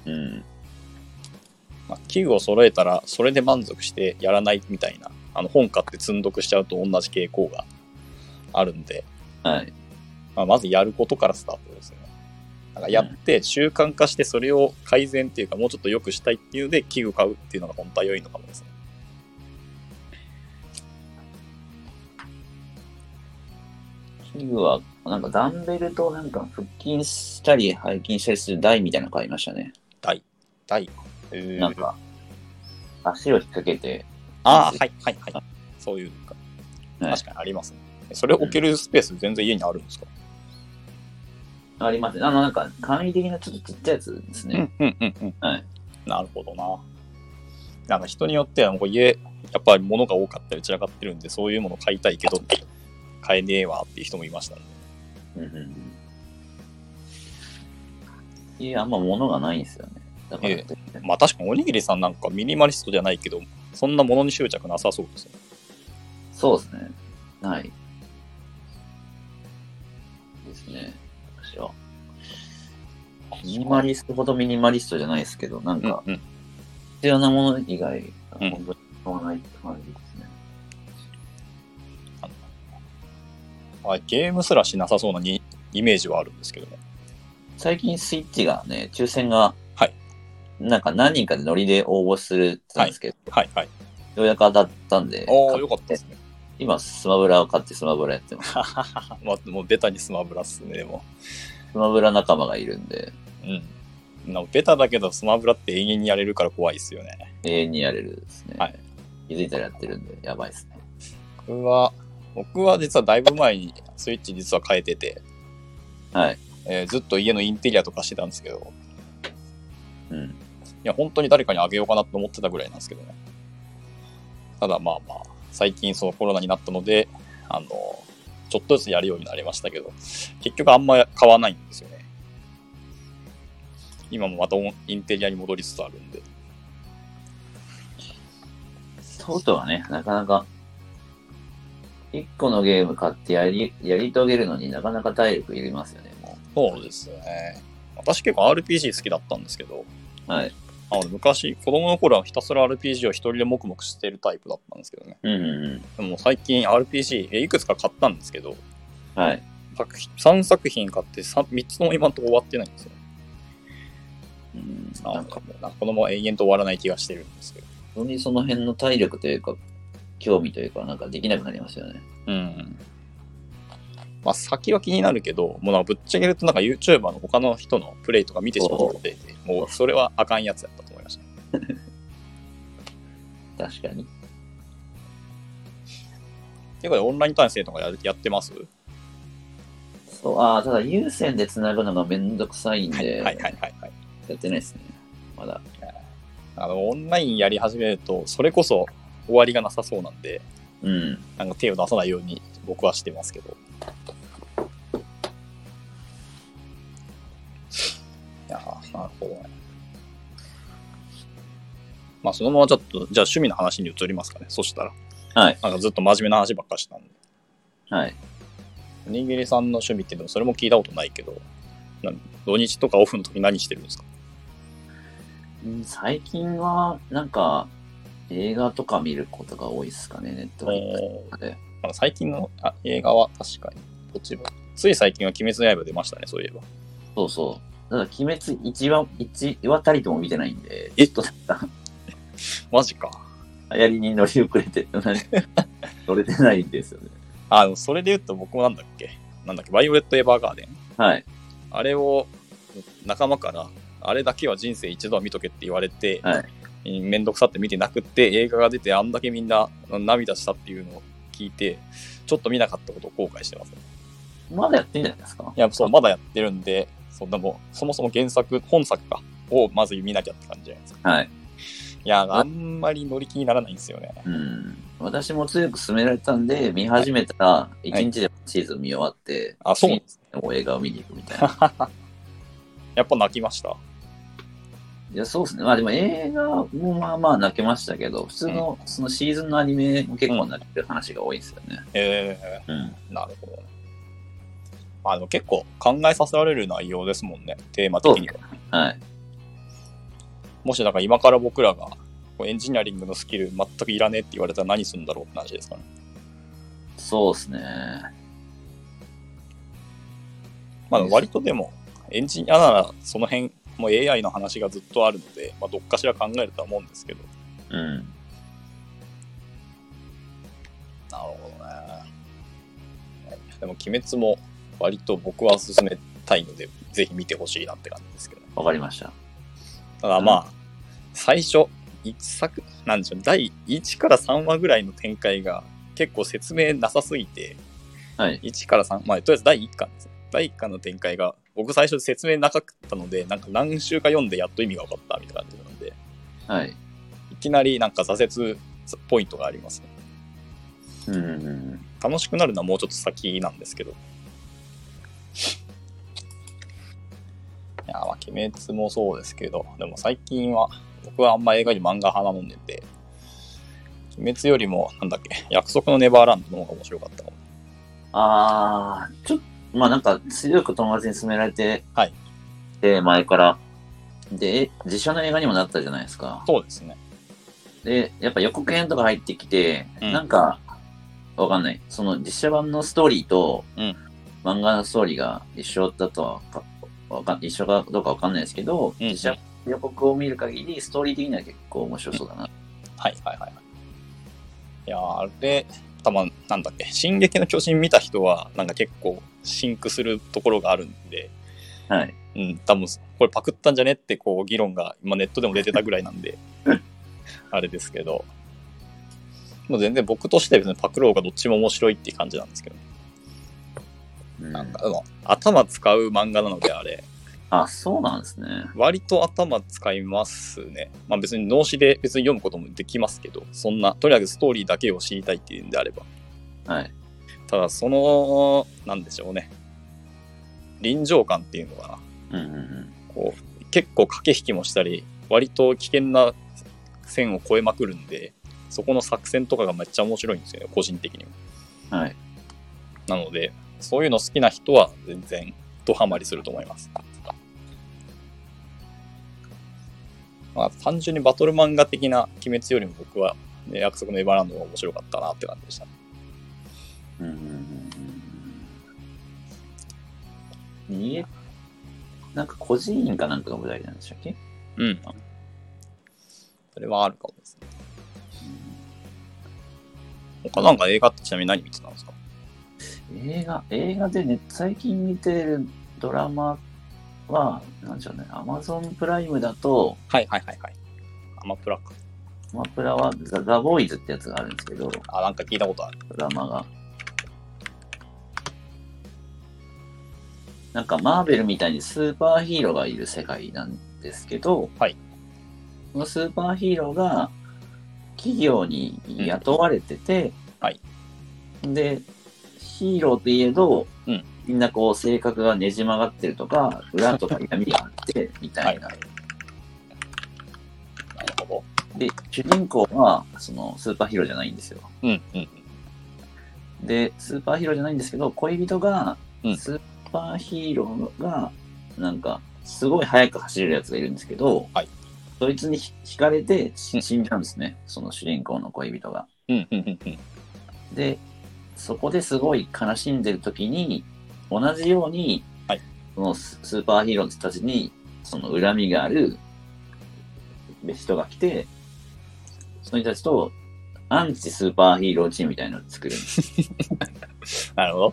Speaker 2: うん。
Speaker 1: まあ、器具を揃えたら、それで満足してやらないみたいな、あの本買って積んどくしちゃうと同じ傾向があるんで、
Speaker 2: はい。
Speaker 1: まあ、まずやることからスタートですね。なんかやって習慣化してそれを改善っていうかもうちょっと良くしたいっていうので器具買うっていうのが本当は良いのかもですね。
Speaker 2: 器具はなんかダンベルとなんか腹筋したり背筋したりする台みたいなの買いましたね。
Speaker 1: 台台えー、
Speaker 2: なんか足を引っ掛けて。
Speaker 1: ああ、はいはいはい。そういうか、
Speaker 2: はい、
Speaker 1: 確かにありますね。それを置けるスペース全然家にあるんですか？
Speaker 2: うん、ありますね。あのなんか簡易的なちょっとちっちゃいやつですね。
Speaker 1: うんうんうんうん。
Speaker 2: はい。
Speaker 1: なるほどな。なんか人によってはもう家やっぱり物が多かったり散らかってるんでそういうもの買いたいけど買えねえわっていう人もいましたね。
Speaker 2: うんうんうん。いや、あんま物がないんですよね。だから、え
Speaker 1: えー、まあ確かにおにぎりさんなんかミニマリストじゃないけどそんなものに執着なさそうですね。
Speaker 2: そうですね。ない。ですね。私は。ミニマリストほどミニマリストじゃないですけど、なんか、必要なもの以外が本当に使わないって感じですね。
Speaker 1: うん、あゲームすらしなさそうなにイメージはあるんですけども。
Speaker 2: 最近スイッチがね、抽選が、
Speaker 1: はい。
Speaker 2: なんか何人かでノリで応募するってんですけど、
Speaker 1: はい、はい、はい。
Speaker 2: ようやく当たったんで、
Speaker 1: おー、よかったですね。
Speaker 2: 今、スマブラを買ってスマブラやってます。
Speaker 1: まあ、もうベタにスマブラっすね、でも。
Speaker 2: スマブラ仲間がいるんで。
Speaker 1: うん。なんかベタだけどスマブラって永遠にやれるから怖いっすよね。
Speaker 2: 永遠にやれるですね。
Speaker 1: はい。
Speaker 2: 気づいたらやってるんで、やばいっすね。
Speaker 1: 僕は、僕は実はだいぶ前にスイッチ実は変えてて、
Speaker 2: はい。
Speaker 1: えー、ずっと家のインテリアとかしてたんですけど、
Speaker 2: うん。
Speaker 1: いや、本当に誰かにあげようかなと思ってたぐらいなんですけどね。ただまあまあ、最近そのコロナになったので、あの、ちょっとずつやるようになりましたけど、結局あんま買わないんですよね。今もまたインテリアに戻りつつあるんで。
Speaker 2: そうとはね、なかなか、一個のゲーム買ってやり、やり遂げるのになかなか体力いりますよね、も
Speaker 1: う。そうですよね。私結構 アールピージー 好きだったんですけど、
Speaker 2: はい。
Speaker 1: あの昔、子供の頃はひたすら アールピージー を一人で黙々してるタイプだったんですけどね。
Speaker 2: うんうんうん。
Speaker 1: でも最近 アールピージー、いくつか買ったんですけど、
Speaker 2: はい。
Speaker 1: さんさく品買ってみっつとも今のところ終わってないんですよ。
Speaker 2: うん、
Speaker 1: なんかもう、なんかこのまま永遠と終わらない気がしてるんですけど。
Speaker 2: 本当にその辺の体力というか、興味というか、なんかできなくなりますよね。
Speaker 1: うん。まあ先は気になるけど、もうなんかぶっちゃけるとなんか YouTuber の他の人のプレイとか見てしまって、もうそれはあかんやつやったと思いました。
Speaker 2: 確かに。
Speaker 1: ていうかオンライン対戦とか や, やってます？
Speaker 2: そう、ああ、ただ有線で繋ぐのがめんどくさいんで、はい
Speaker 1: はいはいはい、はい、
Speaker 2: やってないですね。まだ。
Speaker 1: あの、オンラインやり始めると、それこそ終わりがなさそうなんで、
Speaker 2: うん。
Speaker 1: なんか手を出さないように僕はしてますけど。いやー、なるほどね。まあそのままちょっと、じゃあ趣味の話に移りますかね。そしたら。
Speaker 2: はい。
Speaker 1: なんかずっと真面目な話ばっかしたんで。
Speaker 2: はい。
Speaker 1: おにぎりさんの趣味ってでもそれも聞いたことないけど、なん土日とかオフの時何してるんですか？
Speaker 2: 最近は、なんか、映画とか見ることが多いですかね、ネットフリックスで。
Speaker 1: なんか最近のあ映画は確かに、どっちも。つい最近は鬼滅の刃出ましたね、そういえば。
Speaker 2: そうそう。ただ、鬼滅一話、一話たりとも見てないんで、
Speaker 1: え
Speaker 2: ちょっと、
Speaker 1: マジか。
Speaker 2: 流行りに乗り遅れて、乗れてないんですよね。
Speaker 1: あ、でもそれで言うと僕もなんだっけなんだっけバイオレット・エヴァーガーデン。
Speaker 2: はい。
Speaker 1: あれを仲間から、あれだけは人生一度は見とけって言われて、
Speaker 2: はい。
Speaker 1: めんどくさって見てなくって、映画が出てあんだけみんな涙したっていうのを聞いて、ちょっと見なかったことを後悔してます。
Speaker 2: まだやってんじゃないですか？
Speaker 1: いや、そう、まだやってるんで、そう、でも、そもそも原作、本作か、をまず見なきゃって感じじゃないですか。
Speaker 2: はい。
Speaker 1: いや、あんまり乗り気にならないんですよね。
Speaker 2: うん。私も強く勧められたんで、見始めたら、一日でシーズン見終わって、
Speaker 1: はい、あ、そうなんです
Speaker 2: ね。映画を見に行くみたいな。
Speaker 1: やっぱ泣きました？
Speaker 2: いや、そうですね。まあでも映画もまあまあ泣けましたけど、普通のそのシーズンのアニメも結構泣ける話が多いですよね。
Speaker 1: ええー、
Speaker 2: うん。
Speaker 1: なるほどね。まあでも結構考えさせられる内容ですもんね、テーマ的には。
Speaker 2: はい。
Speaker 1: もしだから今から僕らがエンジニアリングのスキル全くいらねえって言われたら何するんだろうって話ですかね。
Speaker 2: そうですね。
Speaker 1: まあ割とでもエンジニアならその辺もう エーアイ の話がずっとあるので、まあ、どっかしら考えるとは思うんですけど。
Speaker 2: うん。
Speaker 1: なるほどね。でも鬼滅も割と僕は勧めたいので、ぜひ見てほしいなって感じですけど。
Speaker 2: わかりました。
Speaker 1: ただまあ、うん、最初、一作、なんでしょう、だいいちからさんわぐらいの展開が結構説明なさすぎて、
Speaker 2: はい、
Speaker 1: いちからさん、まあ、とりあえずだいいっかんですね。だいいっかんの展開が、僕最初説明なかったので、なんか何週か読んでやっと意味が分かったみたいな感じなんで、
Speaker 2: はい。
Speaker 1: いきなりなんか挫折ポイントがありますね。
Speaker 2: うんうんうん、
Speaker 1: 楽しくなるのはもうちょっと先なんですけど。いや、まあ、鬼滅もそうですけど、でも最近は、僕はあんま映画に漫画派なもんでて、鬼滅よりも、なんだっけ、約束のネバーランドの方が面白かったかも。
Speaker 2: あー、ちょっと、まあなんか強く友達に勧められて、
Speaker 1: はい。
Speaker 2: で、前から、で、実写の映画にもなったじゃないですか。
Speaker 1: そうですね。
Speaker 2: で、やっぱ予告編とか入ってきて、
Speaker 1: うん、
Speaker 2: なんか、わかんない。その実写版のストーリーと、漫画のストーリーが一緒だとはわかん、一緒かどうかわかんないですけど、うんうん、実写予告を見る限り、ストーリー的には結構面白そうだな。うん、
Speaker 1: はいはいはい。いやあれ、たまなんだっけ、進撃の巨人見た人は、なんか結構シンクするところがあるんで、
Speaker 2: はい。
Speaker 1: うん、多分これパクったんじゃねってこう議論が今ネットでも出てたぐらいなんで、あれですけど、もう全然僕としては別にパクろうがどっちも面白いっていう感じなんですけど、うん、なんか頭使う漫画なのであれ。
Speaker 2: あ、そうなんですね。
Speaker 1: 割と頭使いますね。まあ別に脳死で別に読むこともできますけど、そんな、とりあえずストーリーだけを知りたいっていうんであれば。
Speaker 2: はい。
Speaker 1: ただその、なんでしょうね。臨場感っていうのか
Speaker 2: な。うんうんうん。
Speaker 1: こう、結構駆け引きもしたり、割と危険な線を越えまくるんで、そこの作戦とかがめっちゃ面白いんですよね、個人的に
Speaker 2: は。はい。
Speaker 1: なので、そういうの好きな人は全然ドハマりすると思います。まあ、単純にバトル漫画的な鬼滅よりも僕は、ね、約束のエヴァランドが面白かったなって感じでした。
Speaker 2: うんうんうん。にえ、なんか孤児院かなんかが舞台なんでしたっけ？
Speaker 1: うん。それはあるかもですね。うん、他なんか映画ってちなみに何見てたんですか？
Speaker 2: 映画、映画でね、最近見てるドラマは、なんでしょうね、アマゾンプライムだと、
Speaker 1: はいはいはいはい。アマプラか。
Speaker 2: アマプラはザ・ザ・ボーイズってやつがあるんですけど、
Speaker 1: あ、なんか聞いたことある。
Speaker 2: ドラマが。なんかマーベルみたいにスーパーヒーローがいる世界なんですけど、
Speaker 1: はい。
Speaker 2: そのスーパーヒーローが企業に雇われてて、
Speaker 1: うん、はい。
Speaker 2: で、ヒーローといえど、
Speaker 1: うん、
Speaker 2: みんなこう性格がねじ曲がってるとか、裏とか闇があって、みたいな。
Speaker 1: はい、なるほど。
Speaker 2: で、主人公は、その、スーパーヒーローじゃないんですよ。
Speaker 1: うんうん
Speaker 2: で、スーパーヒーローじゃないんですけど、恋人が、
Speaker 1: うん
Speaker 2: スーパーヒーローが、なんか、すごい速く走れるやつがいるんですけど、
Speaker 1: はい
Speaker 2: そいつにひ惹かれて
Speaker 1: うん
Speaker 2: 死んじゃうんですね、その主人公の恋人が。
Speaker 1: うんうんうんうん
Speaker 2: で、そこですごい悲しんでる時に、同じように、
Speaker 1: はい
Speaker 2: そのススーパーヒーローたちに、その恨みがある人が来て、その人たちとアンチスーパーヒーローチームみたいなのを作るんです
Speaker 1: なるほど。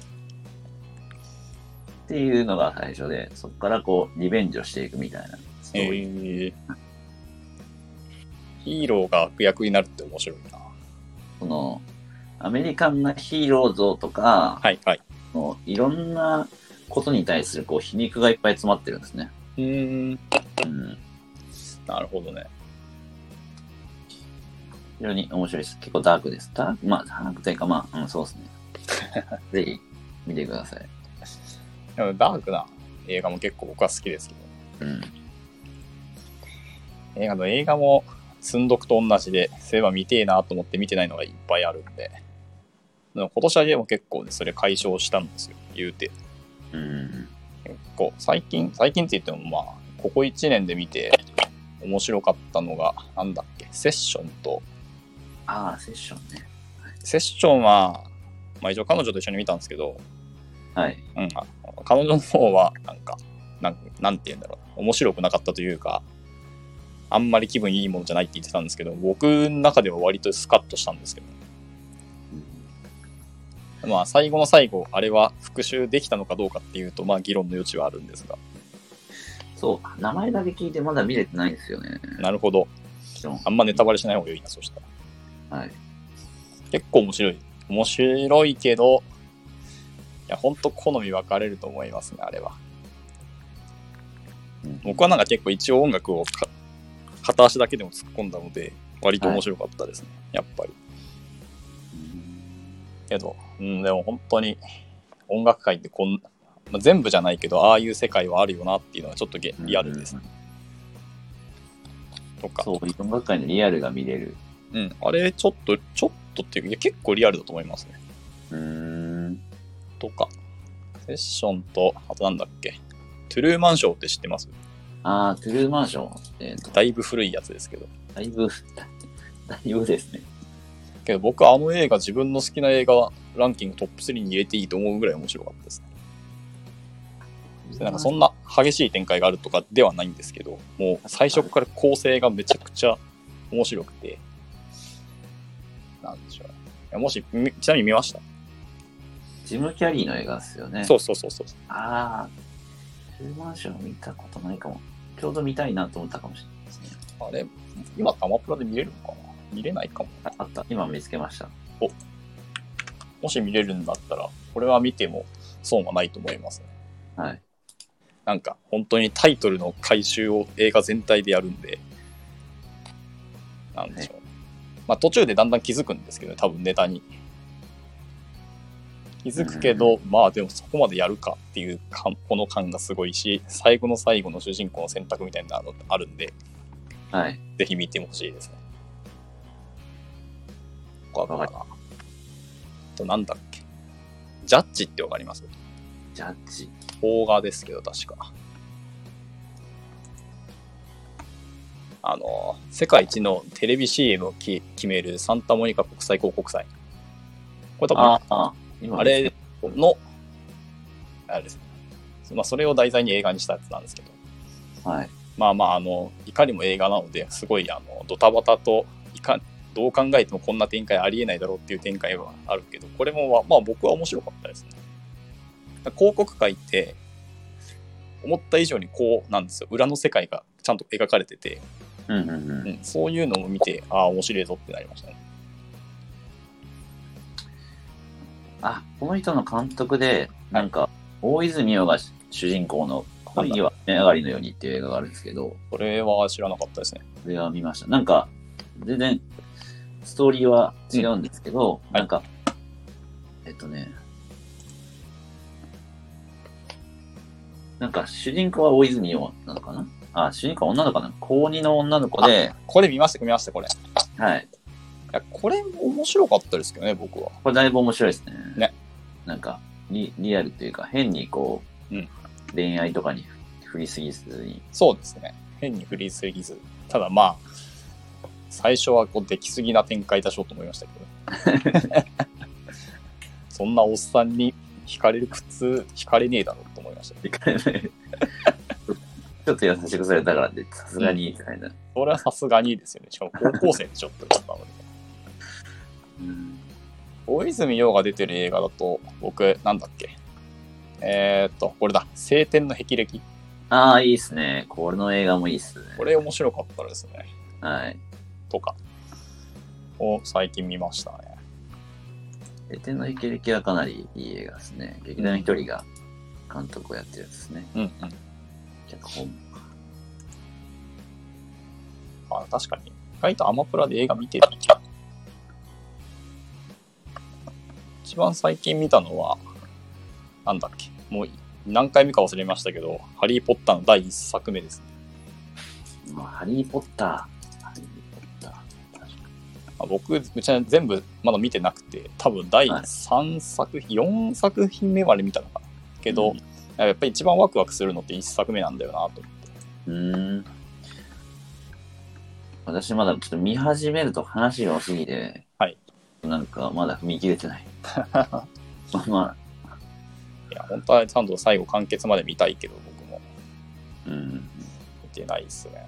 Speaker 2: っていうのが最初で、そこからこう、リベンジをしていくみたいなストーリー。
Speaker 1: えー、ヒーローが悪役になるって面白いな。
Speaker 2: その、アメリカンなヒーロー像とか、
Speaker 1: はいはい。
Speaker 2: もういろんなことに対するこう皮肉がいっぱい詰まってるんですね。
Speaker 1: うーん。
Speaker 2: うん。
Speaker 1: なるほどね。
Speaker 2: 非常に面白いです。結構ダークです。ダーク、まあ、ダークというかまあ、うん、そうですね。ぜひ、見てください。
Speaker 1: でもダークな映画も結構僕は好きですけど。
Speaker 2: うん。
Speaker 1: 映画の映画も、積んどくと同じで、そういえば見てえなと思って見てないのがいっぱいあるんで。でも今年はでも結構ね、それ解消したんですよ、言うて。
Speaker 2: うん。
Speaker 1: 結構、最近、最近って言ってもまあ、ここいちねんで見て、面白かったのが、なんだっけ、セッションと、
Speaker 2: ああ、セッションね。
Speaker 1: セッションは、まあ一応彼女と一緒に見たんですけど、
Speaker 2: はい。
Speaker 1: うん、あ彼女の方は、なんか、なんなんて言うんだろう、面白くなかったというか、あんまり気分いいものじゃないって言ってたんですけど、僕の中では割とスカッとしたんですけど、まあ最後の最後、あれは復習できたのかどうかっていうと、まあ議論の余地はあるんですが。
Speaker 2: そう、名前だけ聞いてまだ見れてないんですよね。
Speaker 1: なるほど。あんまネタバレしない方がいいな、そしたら。
Speaker 2: はい。
Speaker 1: 結構面白い。面白いけど、いや、ほんと好み分かれると思いますね、あれは。
Speaker 2: うん、
Speaker 1: 僕はなんか結構一応音楽をか片足だけでも突っ込んだので、割と面白かったですね、はい、やっぱり。けど、うん、でも本当に音楽界ってこん、まあ、全部じゃないけど、ああいう世界はあるよなっていうのはちょっとゲリアルですね。とか。
Speaker 2: そう、音楽界のリアルが見れる。
Speaker 1: うん、あれちょっと、ちょっとっていうか、いや結構リアルだと思いますね。
Speaker 2: うーん。
Speaker 1: とか。セッションと、あとなんだっけ。トゥルーマンショーって知ってます？
Speaker 2: ああ、トゥルーマンション。えーと、
Speaker 1: だいぶ古いやつですけど。
Speaker 2: だいぶ、だいぶですね。
Speaker 1: けど僕はあの映画、自分の好きな映画ランキングトップスリーに入れていいと思うぐらい面白かったですね。でなんかそんな激しい展開があるとかではないんですけど、もう最初から構成がめちゃくちゃ面白くて、なんでしょう。いやもし、ちなみに見ました？
Speaker 2: ジム・キャリーの映画ですよね。
Speaker 1: そうそうそうそう。
Speaker 2: ああ、トゥルーマンション見たことないかも。ちょうど見たいなと思ったかもしれないですね。
Speaker 1: あれ、今アマプラで見れるのかな？見れないかも。
Speaker 2: ああった。今見つけました。
Speaker 1: お、もし見れるんだったら、これは見ても損はないと思いますね。
Speaker 2: はい。
Speaker 1: なんか、本当にタイトルの回収を映画全体でやるんで、なんでしょう。まあ途中でだんだん気づくんですけど、多分ネタに。気づくけど、まあでもそこまでやるかっていうかこの感がすごいし、最後の最後の主人公の選択みたいなのあるんで、
Speaker 2: はい。
Speaker 1: ぜひ見てほしいですね。わかるかな。あとなんだっけ。ジャッジってわかります？
Speaker 2: ジャッジ。
Speaker 1: 邦画ですけど確か。あの、世界一のテレビ シーエム をき決めるサンタモニカ国際広告祭。これ多分、
Speaker 2: ああ、今
Speaker 1: あれの、あれですね。まあそれを題材に映画にしたやつなんですけど。
Speaker 2: はい。
Speaker 1: まあまあ、あの、いかにも映画なので、すごい、あの、ドタバタと、いかどう考えてもこんな展開ありえないだろうっていう展開はあるけど、これも、まあ僕は面白かったですね。広告界って、思った以上にこうなんですよ。裏の世界がちゃんと描かれてて、
Speaker 2: うんうんうん。
Speaker 1: うん、そういうのを見て、ああ、面白いぞってなりましたね。
Speaker 2: あ、この人の監督で、なんか、大泉洋が主人公の恋には雨上がりのようにっていう映画があるんですけど、
Speaker 1: これは知らなかったですね。
Speaker 2: これは見ました。なんか、全然、ストーリーは違うんですけど、
Speaker 1: うん、
Speaker 2: なんか、えっとね、なんか主人公は大泉洋なのかなあ、主人公は女の子なの。高にの女の子で、
Speaker 1: これ見ました、見ました、これ。い
Speaker 2: はい。
Speaker 1: や、これ面白かったですけどね、僕は。
Speaker 2: これだいぶ面白いですね。
Speaker 1: ね。
Speaker 2: なんか、リリアルというか、変にこう、
Speaker 1: うん、
Speaker 2: 恋愛とかに振りすぎずに。
Speaker 1: そうですね。変に振りすぎず。ただまあ、最初はこう、出来すぎな展開だしょうと思いましたけど。そんなおっさんに惹かれる苦痛、惹かれねえだろうと思いました。
Speaker 2: ちょっと優しくされたからで、さすがにみたいな。
Speaker 1: それはさすがにですよね。しかも高校生でちょっとだったので。
Speaker 2: うん、
Speaker 1: 大泉洋が出てる映画だと、僕、なんだっけ。えー、っと、これだ。青天の霹靂。
Speaker 2: ああ、いいっすね。これの映画もいいっすね。
Speaker 1: これ面白かったですね。
Speaker 2: はい。
Speaker 1: とか、を最近見ましたね。
Speaker 2: 青天の霹靂はかなりいい映画ですね。劇団一人が監督をやってるやつですね。
Speaker 1: うんうん。
Speaker 2: 脚本。
Speaker 1: あ、確かに。意外とアマプラで映画見てるんじゃん。一番最近見たのは、なんだっけ。もう何回目か忘れましたけど、ハリー・ポッターのだいいっさくめですね。
Speaker 2: まあ、ハリー・ポッター。ハリー・ポッター。確かに。
Speaker 1: まあ、僕、うちは全部まだ見てなくて、多分だいさんさく品、はい、よんさく品目まで見たのかな。けど、うん、やっぱり一番ワクワクするのっていっさくめなんだよなと思って。
Speaker 2: うーん。私まだちょっと見始めると話が多すぎて、
Speaker 1: はい。
Speaker 2: なんかまだ踏み切れてない。まあまあ。
Speaker 1: いや、本当はちゃんと最後完結まで見たいけど、僕も。
Speaker 2: うん。
Speaker 1: 見てないっすね。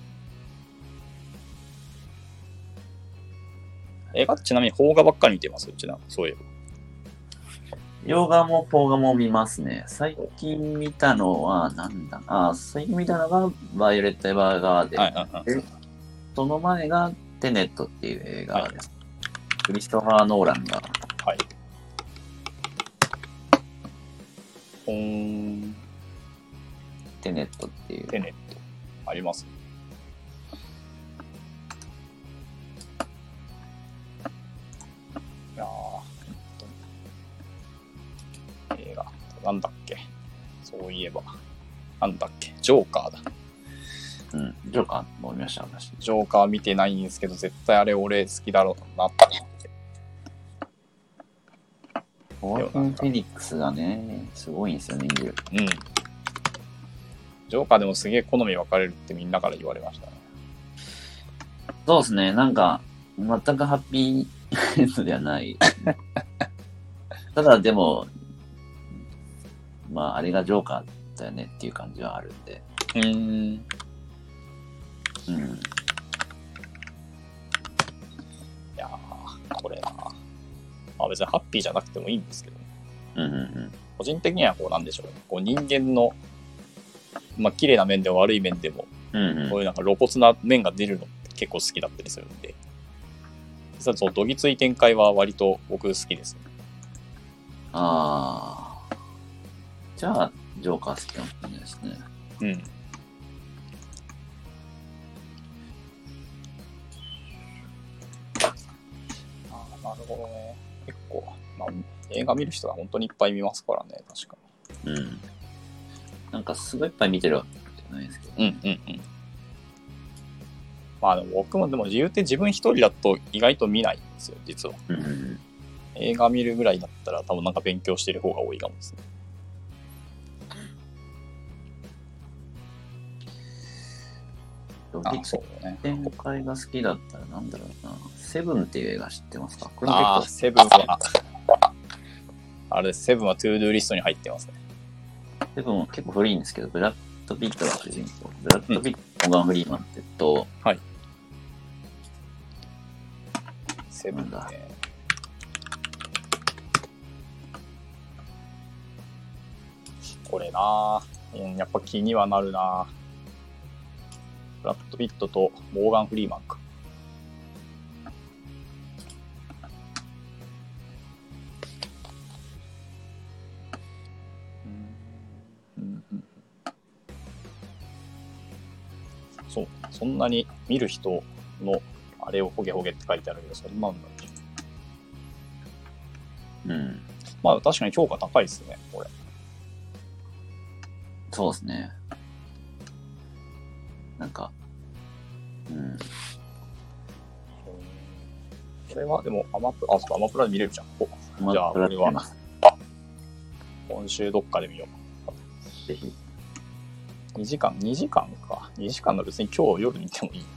Speaker 1: 映画ちなみに邦画ばっかり見てますうちな、そういえば。
Speaker 2: 洋画も邦画も見ますね。最近見たのは、なんだあ、最近見たのが、バイオレット・エヴァーガーデン。はいはいはい、その前が、テネットっていう映画です。はい、クリストファー・ノーランが。
Speaker 1: はい。ほーん。
Speaker 2: テネットっていう。
Speaker 1: テネット。あります。いやー、映画。なんだっけ。そういえば。なんだっけ。ジョーカーだ。
Speaker 2: うん。ジョーカーも見ました、私。
Speaker 1: ジョーカー見てないんですけど、絶対あれ俺好きだろうなって思って。
Speaker 2: ホアキン・フェニックスがね、すごいんですよね、演技力。
Speaker 1: うん。ジョーカーでもすげえ好み分かれるってみんなから言われましたね。
Speaker 2: そうですね、なんか、全くハッピーエンドではない。ただでも、まあ、あれがジョーカーだよねっていう感じはあるんで。
Speaker 1: うーん。
Speaker 2: うん。い
Speaker 1: やー、これな。まあ別にハッピーじゃなくてもいいんですけどね。
Speaker 2: うんうんうん。
Speaker 1: 個人的にはこうなんでしょうね。こう人間の、まあ綺麗な面でも悪い面でも、
Speaker 2: うんうん、
Speaker 1: こういうなんか露骨な面が出るのって結構好きだったりするんで。実はそのどぎつい展開は割と僕好きですね。
Speaker 2: ああ。じゃあ、ジョーカー好きかもしれないですね。
Speaker 1: うん。なるほどね。結構、まあ、映画見る人は本当にいっぱい見ますからね、確か
Speaker 2: に。うん。なんかすごいいっぱい見てるわけじゃないですけど。
Speaker 1: うんうんうん。まあでも僕もでも言うて自分一人だと意外と見ないんですよ、実は。
Speaker 2: うんうんうん、
Speaker 1: 映画見るぐらいだったら多分なんか勉強してる方が多いかもですね。
Speaker 2: あ、そうね。展開が好きだったらなんだろうな。セブンっていう映画知ってますか？これ
Speaker 1: 結構ああ、セブンは、あれです。セブンはトゥードゥーリストに入ってますね。
Speaker 2: セブンは結構古いんですけど、ブラッド・ピットが主人公。ブラッド・ピット、モガン・フリーマンってと、
Speaker 1: はい。セブンだね。これなぁ、うん、やっぱ気にはなるなぁ。ブラッド・ピットとモーガン・フリーマンか。うんうんうん、そう、そんなに見る人のあれをホゲホゲって書いてあるけど、そんなんだっけ。
Speaker 2: うん。
Speaker 1: まあ確かに評価高いですね、これ。
Speaker 2: そうですね。 なんか、うん。
Speaker 1: これはでもアマプラ、あ、そう、アマプラで見れるじゃん。おじゃあ、これは、今週どっかで見よ
Speaker 2: う。ぜひ。
Speaker 1: にじかん、にじかんか。にじかんの別に今日夜に見てもいい。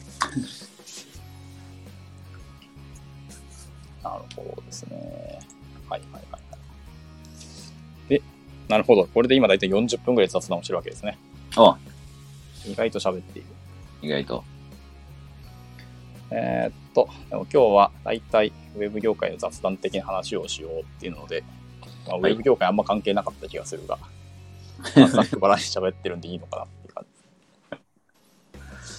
Speaker 1: なるほどですね。はいはいはい。で、なるほど。これで今だいたいよんじゅっぷんぐらい雑談をしてるわけですね。
Speaker 2: あ、
Speaker 1: 意外と喋っている。
Speaker 2: 意外と。
Speaker 1: えー、っと、でも今日はだいたいウェブ業界の雑談的な話をしようっていうので、まあ、ウェブ業界あんま関係なかった気がするが、はい、ざっくばらんに喋ってるんでいいのかなっていう感じです。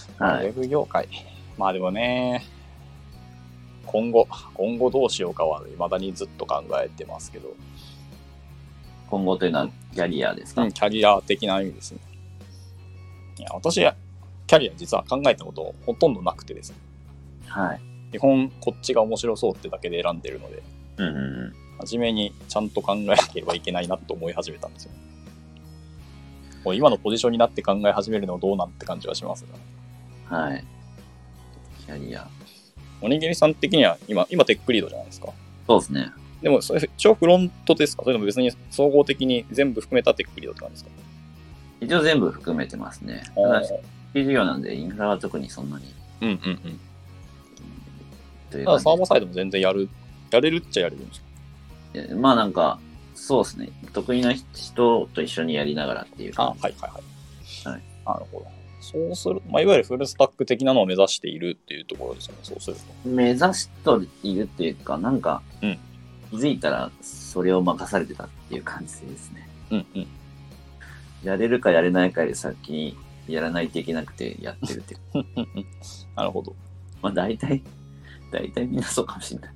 Speaker 1: はい、ウェブ業界。まあでもね、今後、今後どうしようかは未だにずっと考えてますけど。
Speaker 2: 今後というのはキャリアですか？
Speaker 1: うん、キャリア的な意味ですね。いや、私はキャリア実は考えたことほとんどなくてですね。
Speaker 2: はい。
Speaker 1: 基本こっちが面白そうってだけで選んでるので、
Speaker 2: うんうんうん、
Speaker 1: 初めにちゃんと考えなければいけないなと思い始めたんですよ。もう今のポジションになって考え始めるのはどうなんって感じはします
Speaker 2: が。はい。キャリア。
Speaker 1: おにぎりさん的には今、今テックリードじゃないですか。
Speaker 2: そうですね。
Speaker 1: でもそれ一応フロントですか？それとも別に総合的に全部含めたテックリードって感じですか？
Speaker 2: 一応全部含めてますね。ただ、事業なんでインフラは特にそんなに。
Speaker 1: うんうんうん。ただサーバーサイドも全然やる、やれるっちゃやれるんです
Speaker 2: か？まあなんか、そうですね。得意な人と一緒にやりながらっていうか。
Speaker 1: あ、はいはいはい。はい。なるほど。そうする、まあ、いわゆるフルスタック的なのを目指しているっていうところですよね、そうすると。
Speaker 2: 目指しているっていうか、なんか、うん、気づいたらそれを任されてたっていう感じですね。
Speaker 1: うんうん。
Speaker 2: やれるかやれないかより先にやらないといけなくてやってるっていう。
Speaker 1: なるほど。
Speaker 2: まあ大体、大体みんなそうかもしれない。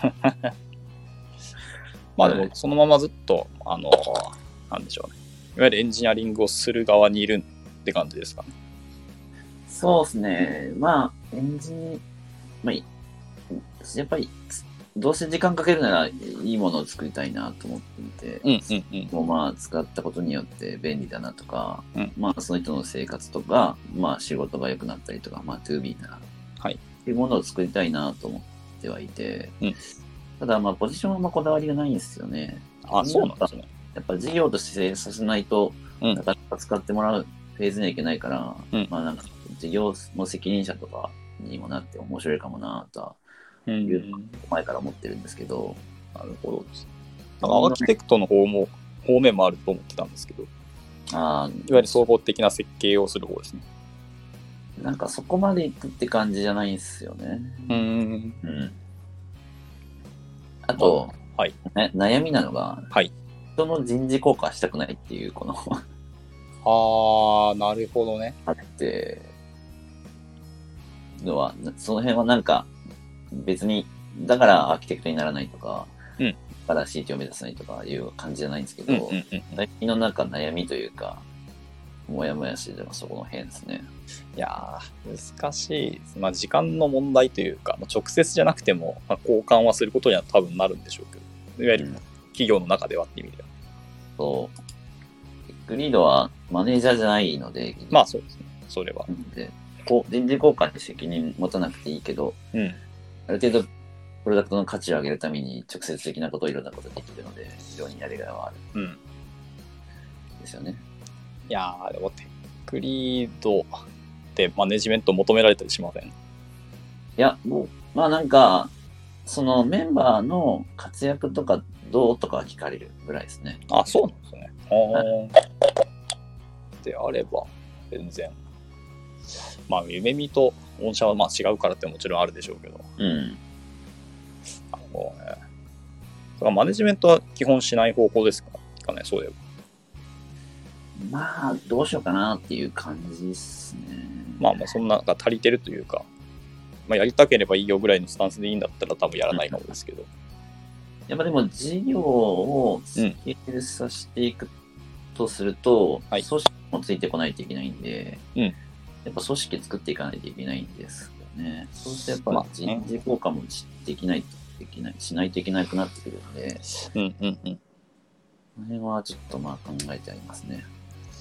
Speaker 1: まあでもそのままずっと、あの、なんでしょうね。いわゆるエンジニアリングをする側にいるって感じですかね。
Speaker 2: そうですね。まあ、エンジニまあ、やっぱり、どうせ時間かけるならいいものを作りたいなと思っていて、
Speaker 1: うんうんうん、
Speaker 2: もうまあ使ったことによって便利だなとか、
Speaker 1: うん、
Speaker 2: まあその人の生活とか、まあ仕事が良くなったりとか、まあ ツービー なら、
Speaker 1: はい。
Speaker 2: っていうものを作りたいなと思ってはいて、
Speaker 1: うん、
Speaker 2: ただまあポジションはあんまこだわりがないんですよね。
Speaker 1: あ、そうなんですね。
Speaker 2: やっぱ事業として成立させないと、なかなか使ってもらうフェーズにはいけないから、うん、まあなんか事業の責任者とかにもなって面白いかもなとは、いう前から思ってるんですけど。
Speaker 1: なるほどです。なんかアーキテクトの方も、方面もあると思ってたんですけど、
Speaker 2: あ、
Speaker 1: いわゆる総合的な設計をする方ですね。
Speaker 2: なんかそこまでいくって感じじゃないんですよね。
Speaker 1: うん。
Speaker 2: うん。あと、
Speaker 1: はい、
Speaker 2: ね、悩みなのが、
Speaker 1: はい、
Speaker 2: 人の人事効果したくないっていう、この
Speaker 1: あー、なるほどね。
Speaker 2: あって、のは、その辺はなんか、別に、だからアーキテクトにならないとか、
Speaker 1: うん、
Speaker 2: だから シーティー を目指さないとかいう感じじゃないんですけど、うんうんうん、最近のなんか悩みというか、もやもやしてるのはそこの辺ですね。
Speaker 1: いやー、難しいです。まあ、時間の問題というか、まあ、直接じゃなくても、まあ、交換はすることには多分なるんでしょうけど、いわゆる企業の中ではって意味では。
Speaker 2: そう。テックリードはマネージャーじゃないので、
Speaker 1: まあそうですね、それは。
Speaker 2: でこう人事交換に責任持たなくていいけど、
Speaker 1: うん、
Speaker 2: ある程度、プロダクトの価値を上げるために直接的なことをいろんなことできるので、非常にやりがいはある。うん。ですよね。
Speaker 1: いやー、でもテックリードってマネジメント求められたりしません？い
Speaker 2: や、もう、まあなんか、そのメンバーの活躍とかどうとか聞かれるぐらいですね。
Speaker 1: あ、そうなんですね。あー。であれば、全然。まあ、夢見と御社はまあ違うからってもちろんあるでしょうけど。
Speaker 2: うん。
Speaker 1: あのね。それマネジメントは基本しない方向ですかね、そういえ
Speaker 2: ば。まあ、どうしようかなっていう感じですね。
Speaker 1: まあまあ、そんなが足りてるというか、まあ、やりたければいいよぐらいのスタンスでいいんだったら多分やらないかもですけど。うん、
Speaker 2: やっぱでも事業をスケールさせていくとすると、うん、組織もついてこないといけないんで、
Speaker 1: うん、
Speaker 2: やっぱ組織作っていかないといけないんですよね。そうするとやっぱ人事効果もできないとできない、しないといけなくなってくるので、
Speaker 1: うんうんうん。
Speaker 2: これはちょっとまあ考えてありますね。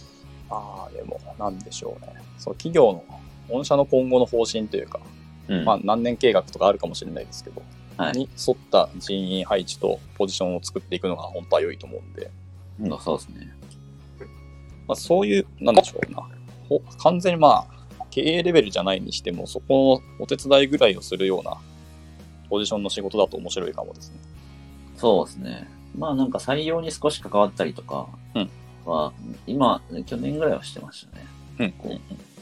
Speaker 1: ああ、でも、なんでしょうね。そう、企業の、御社の今後の方針というか、
Speaker 2: うん。
Speaker 1: まあ、何年計画とかあるかもしれないですけど、
Speaker 2: はい。
Speaker 1: に沿った人員配置とポジションを作っていくのが本当は良いと思うんで、
Speaker 2: うん、そうですね。
Speaker 1: まあ、そういう、なんでしょうな。ほ完全にまあ、経営レベルじゃないにしても、そこのお手伝いぐらいをするようなポジションの仕事だと面白いかもですね。
Speaker 2: そうですね。まあなんか採用に少し関わったりとかは、うん、今、去年ぐらいはしてましたね。
Speaker 1: うん。うん、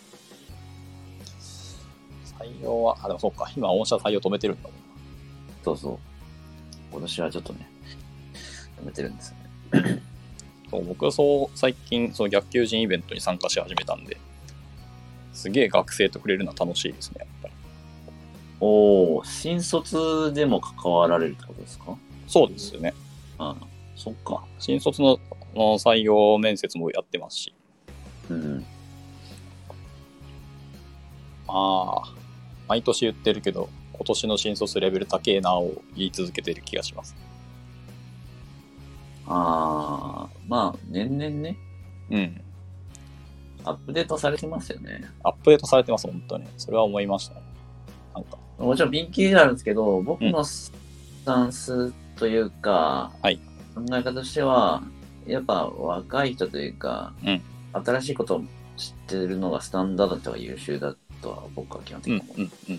Speaker 1: 採用は、あ、でもそうか。今、御社採用止めてるんだもんな。
Speaker 2: そうそう。今年はちょっとね、止めてるんですよね。
Speaker 1: そう僕はそう、最近、その逆求人イベントに参加し始めたんで、すげえ学生と触れるのは楽しいですね、やっぱり。
Speaker 2: おー、新卒でも関わられるってことですか？
Speaker 1: そうですよね。
Speaker 2: ああ、そっか。
Speaker 1: 新卒のの採用面接もやってますし。
Speaker 2: うん。
Speaker 1: まあ、毎年言ってるけど、今年の新卒レベル高えなを言い続けてる気がします。
Speaker 2: ああ、まあ、年々ね。
Speaker 1: うん。
Speaker 2: アップデートされてますよね。
Speaker 1: アップデートされてます、本当に。それは思いましたね。なんか。
Speaker 2: もちろんピンキリであるんですけど、僕のスタンスというか、
Speaker 1: はい、
Speaker 2: 考え方としては、やっぱ若い人というか、
Speaker 1: うん、
Speaker 2: 新しいことを知ってるのがスタンダードとか優秀だとは僕は基本的に思っている。
Speaker 1: うんうんうん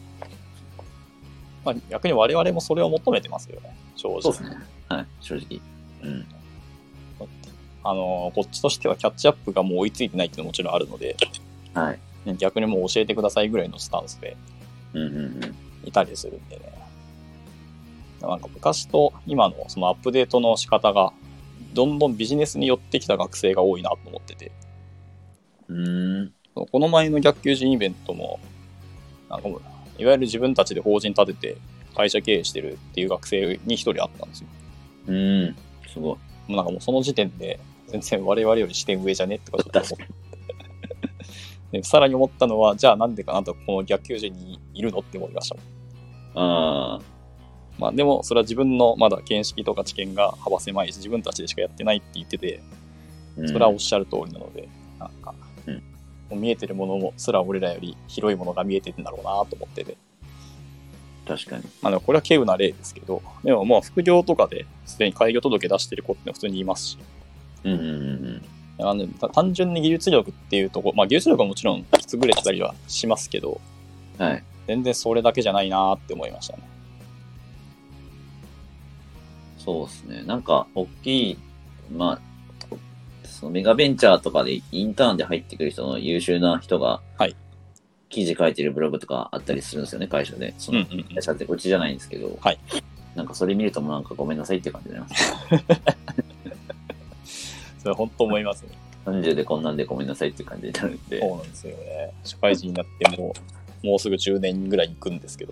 Speaker 1: まあ、逆に我々もそれを求めてますよね、正直。
Speaker 2: そうですね。はい、正直。うん。
Speaker 1: あの、こっちとしてはキャッチアップがもう追いついてないっていうのももちろんあるので、
Speaker 2: はい。
Speaker 1: 逆にもう教えてくださいぐらいのスタンスで
Speaker 2: うんうんうん。
Speaker 1: いたりするんでね。なんか昔と今のそのアップデートの仕方がどんどんビジネスに寄ってきた学生が多いなと思ってて。
Speaker 2: うーん。
Speaker 1: この前の逆求人イベントも、なんかもういわゆる自分たちで法人立てて会社経営してるっていう学生に一人会ったんですよ。
Speaker 2: うーん。すごい。も
Speaker 1: うなんかもうその時点で全然我々より視点上じゃねってことだと思ってでさらに思ったのは、じゃあなんでかなとこの逆求人にいるのって思いました。
Speaker 2: ああ。
Speaker 1: まあでもそれは自分のまだ見識とか知見が幅狭いし、自分たちでしかやってないって言ってて、それはおっしゃる通りなので、うん、なんか、うん、もう見えてるものもすら俺らより広いものが見えてるんだろうなと思ってて。
Speaker 2: 確かに。
Speaker 1: まあでもこれは稀有な例ですけど、でももう副業とかですでに開業届出してる子って普通にいますし。
Speaker 2: うんうんうん。
Speaker 1: あの単純に技術力っていうところ、まあ技術力はもちろん優れてたりはしますけど、
Speaker 2: はい。
Speaker 1: 全然それだけじゃないなって思いましたね。
Speaker 2: そうですね。なんか、大きい、まあ、そのメガベンチャーとかでインターンで入ってくる人の優秀な人が、
Speaker 1: はい。
Speaker 2: 記事書いてるブログとかあったりするんですよね、会社で。その会社ってうちじゃないんですけど、
Speaker 1: はい。
Speaker 2: なんかそれ見るともうなんかごめんなさいって感じになります。
Speaker 1: それ本当思いますね。
Speaker 2: さんじゅうでこんなんでごめんなさいって感じになるんで。
Speaker 1: そうなんですよね。社会人になってもう、もうすぐじゅうねんぐらい行くんですけど。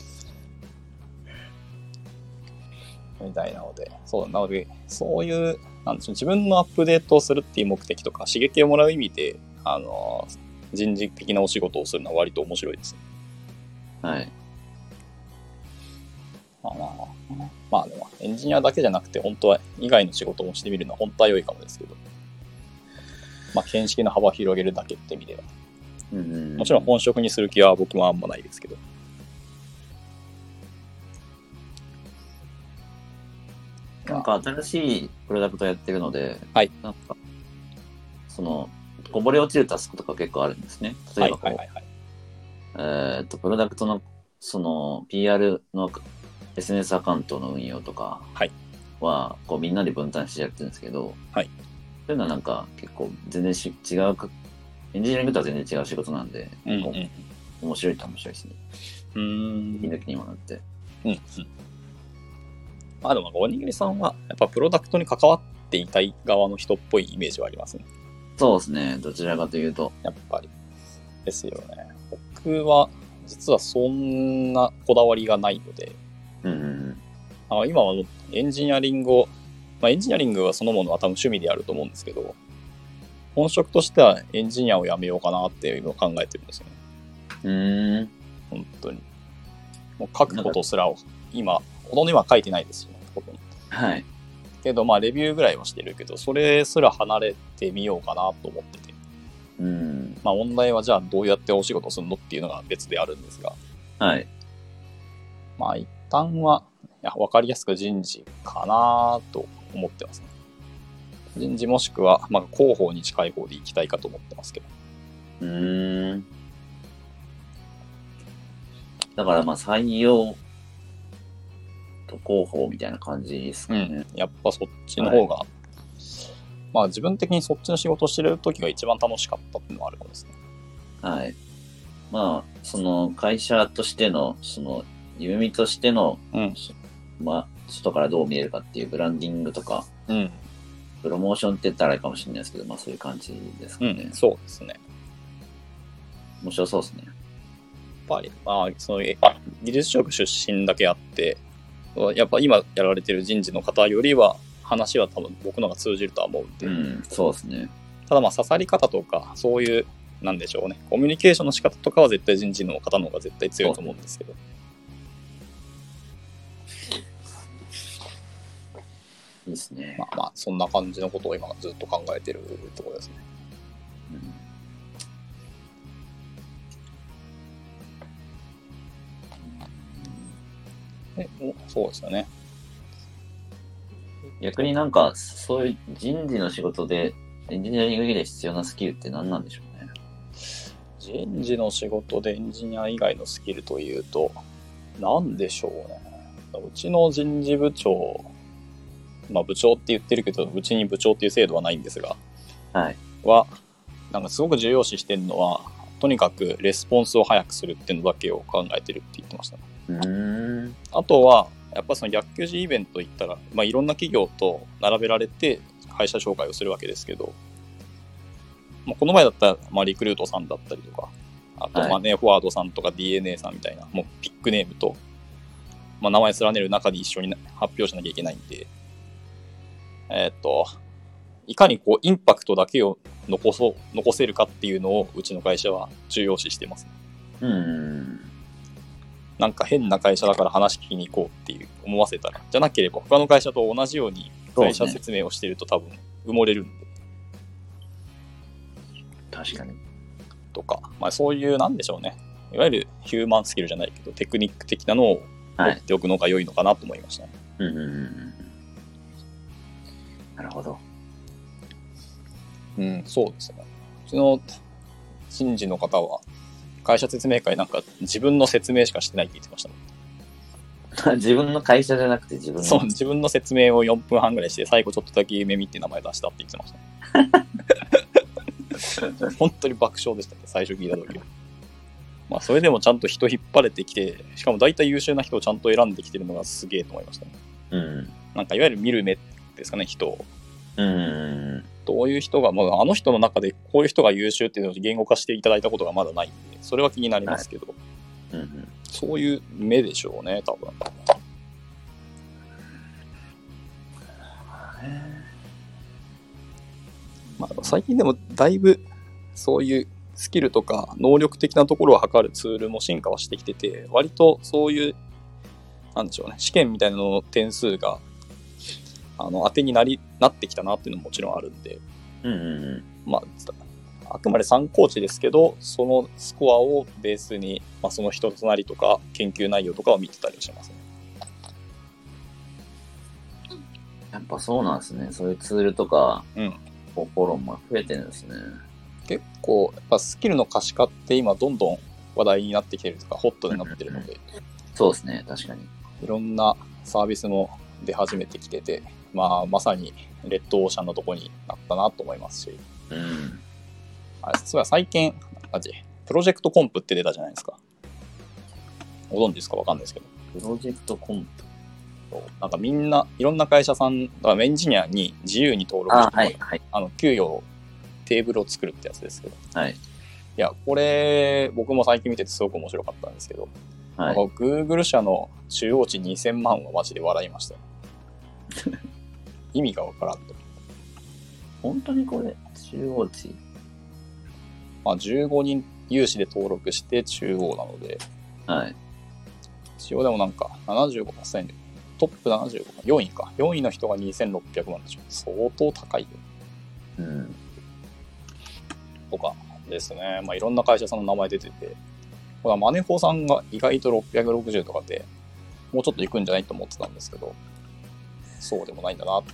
Speaker 1: みたいなので、そうなので、そういう、なんでしょう、自分のアップデートをするっていう目的とか、刺激をもらう意味で、あの、人事的なお仕事をするのは割と面白いですね。
Speaker 2: はい。
Speaker 1: まあまあ、まあでも、エンジニアだけじゃなくて、本当は以外の仕事もしてみるのは本当は良いかもですけど、まあ、見識の幅を広げるだけって意味では。
Speaker 2: うんうんうん、
Speaker 1: もちろん本職にする気は僕はあんまないですけど。
Speaker 2: なんか新しいプロダクトやってるので、
Speaker 1: はい。
Speaker 2: なんか、その、こぼれ落ちるタスクとか結構あるんですね。例えばこう、はいはいはいはい、えっと、プロダクトの、その、ピーアール の エスエヌエス アカウントの運用とかは、こうみんなで分担してやってるんですけど、
Speaker 1: はい。
Speaker 2: そういうのはなんか結構全然し違うか、エンジニアリングとは全然違う仕事なんで、
Speaker 1: うんうん、
Speaker 2: 面白いと面白いですね。
Speaker 1: うーん。
Speaker 2: 息抜きにもなって。
Speaker 1: うんうん。まあでも、おにぎりさんは、やっぱプロダクトに関わっていたい側の人っぽいイメージはありますね。
Speaker 2: そうですね。どちらかというと。
Speaker 1: やっぱり。ですよね。僕は、実はそんなこだわりがないので、
Speaker 2: うんうんうん、
Speaker 1: あ今はエンジニアリングを、まあ、エンジニアリングはそのものは多分趣味でやると思うんですけど、本職としてはエンジニアをやめようかなっていうのを考えてるんですよね。
Speaker 2: うーん。
Speaker 1: 本当に。もう書くことすらを、今、ほとんど今書いてないですしね、ほとんど。
Speaker 2: はい。
Speaker 1: けど、まあレビューぐらいはしてるけど、それすら離れてみようかなと思ってて。
Speaker 2: うん。
Speaker 1: まあ問題はじゃあどうやってお仕事するのっていうのが別であるんですが。
Speaker 2: はい。
Speaker 1: まあ一旦は、いや、わかりやすく人事かなと思ってますね。人事もしくは、まあ広報に近い方で行きたいかと思ってますけど。
Speaker 2: うーん。だからまあ採用と広報みたいな感じですかね。
Speaker 1: うん。やっぱそっちの方が、はい、まあ自分的にそっちの仕事をしてる時が一番楽しかったっていうのはあるんですね。
Speaker 2: はい。まあ、その会社としての、その、ゆみとしての、
Speaker 1: うん、
Speaker 2: まあ、外からどう見えるかっていうブランディングとか、
Speaker 1: うん、
Speaker 2: プロモーションって言ったらあれかもしれないですけど、まあそういう感じですかね。
Speaker 1: うん、そうですね。
Speaker 2: 面白そうですね。
Speaker 1: やっぱり、まあ、その技術職出身だけあって、やっぱ今やられてる人事の方よりは、話は多分僕の方が通じるとは思うんで。
Speaker 2: うん、そうですね。
Speaker 1: ただまあ刺さり方とか、そういう、なんでしょうね。コミュニケーションの仕方とかは絶対人事の方の方が絶対強いと思うんですけど。
Speaker 2: いいですね。
Speaker 1: まあまあ、そんな感じのことを今ずっと考えてるところですね。うん、えおそうですよね。
Speaker 2: 逆になんか、そういう人事の仕事で、エンジニアリングで必要なスキルって何なんでしょうね。
Speaker 1: 人事の仕事でエンジニア以外のスキルというと、何でしょうね。うちの人事部長、まあ部長って言ってるけど、うちに部長っていう制度はないんですが、
Speaker 2: はい。
Speaker 1: は、なんかすごく重要視してるのは、とにかくレスポンスを早くするっていうのだけを考えてるって言ってましたね。
Speaker 2: うーん。
Speaker 1: あとは、やっぱその逆求人イベント行ったら、まあいろんな企業と並べられて会社紹介をするわけですけど、まあ、この前だったら、まあリクルートさんだったりとか、あとまあネーフォワードさんとか ディーエヌエー さんみたいな、もうビッグネームと、まあ名前連ねる中に一緒に発表しなきゃいけないんで、えー、っと、いかにこうインパクトだけを残そう、残せるかっていうのをうちの会社は重要視してます。
Speaker 2: うん。
Speaker 1: なんか変な会社だから話聞きに行こうっていう思わせたら、じゃなければ他の会社と同じように会社説明をしていると多分埋もれるんで。
Speaker 2: 確かに。
Speaker 1: とか、まあそういうなんでしょうね。いわゆるヒューマンスキルじゃないけどテクニック的なのを持っておくのが良いのかなと思いましたね。
Speaker 2: はい、うんうんうん。なるほど。
Speaker 1: うん、そうですね。うちの人事の方は会社説明会なんか自分の説明しかしてないって言ってましたね。
Speaker 2: 自分の会社じゃなくて自分の。
Speaker 1: そう、自分の説明をよんぷんはんぐらいして最後ちょっとだけ夢見って名前出したって言ってましたね。本当に爆笑でしたね、最初聞いた時は。まあそれでもちゃんと人引っ張れてきて、しかも大体優秀な人をちゃんと選んできてるのがすげえと思いましたね。
Speaker 2: うん。
Speaker 1: なんかいわゆる見る目ですかね、人を。
Speaker 2: うん。
Speaker 1: どういう人が、まあ、あの人の中でこういう人が優秀っていうのを言語化していただいたことがまだないんで、それは気になりますけど、
Speaker 2: はい、うんうん、
Speaker 1: そういう目でしょうね、多分。まあ、最近でもだいぶそういうスキルとか能力的なところを測るツールも進化はしてきてて、割とそういう、なんでしょうね、試験みたいなのの点数があの当てになりなってきたなっていうのももちろんあるんで、
Speaker 2: うんうんうん、
Speaker 1: まあ、あくまで参考値ですけど、そのスコアをベースに、まあ、その人となりとか研究内容とかを見てたりしますね。
Speaker 2: やっぱそうなんですね。そういうツールとか、
Speaker 1: うん、
Speaker 2: フォローも増えてるんですね。
Speaker 1: 結構やっぱスキルの可視化って今どんどん話題になってきてるとかホットになってるので、
Speaker 2: うんうん、そうですね、確かに。
Speaker 1: いろんなサービスも出始めてきてて、まあまさにレッドオーシャンのとこになったなと思いますし、
Speaker 2: うん、
Speaker 1: あれ実は最近プロジェクトコンプって出たじゃないですか。ご存知ですか？わかんないですけど。
Speaker 2: プロジェクトコンプ。
Speaker 1: なんかみんないろんな会社さんだからエンジニアに自由に登録して、
Speaker 2: あ、はいはい、
Speaker 1: あの給与テーブルを作るってやつですけど、
Speaker 2: はい、い
Speaker 1: やこれ僕も最近見ててすごく面白かったんですけど、はい、なんか Google 社の中央値にせんまんはマジで笑いましたよ。意味がわからんと。
Speaker 2: 本当にこれ中央値、
Speaker 1: まあ、じゅうごにん有志で登録して中央なので、
Speaker 2: はい、
Speaker 1: 一応でもなんかななじゅうごパーセントトップななじゅうご、よんいか。よんいの人がにせんろっぴゃくまんでしょ。相当高いよ。
Speaker 2: うん。
Speaker 1: とかですね。まあいろんな会社さんの名前出てて、ほらマネホさんが意外とろっぴゃくろくじゅうとかでもうちょっと行くんじゃないと思ってたんですけど、そうでもないんだなっていう。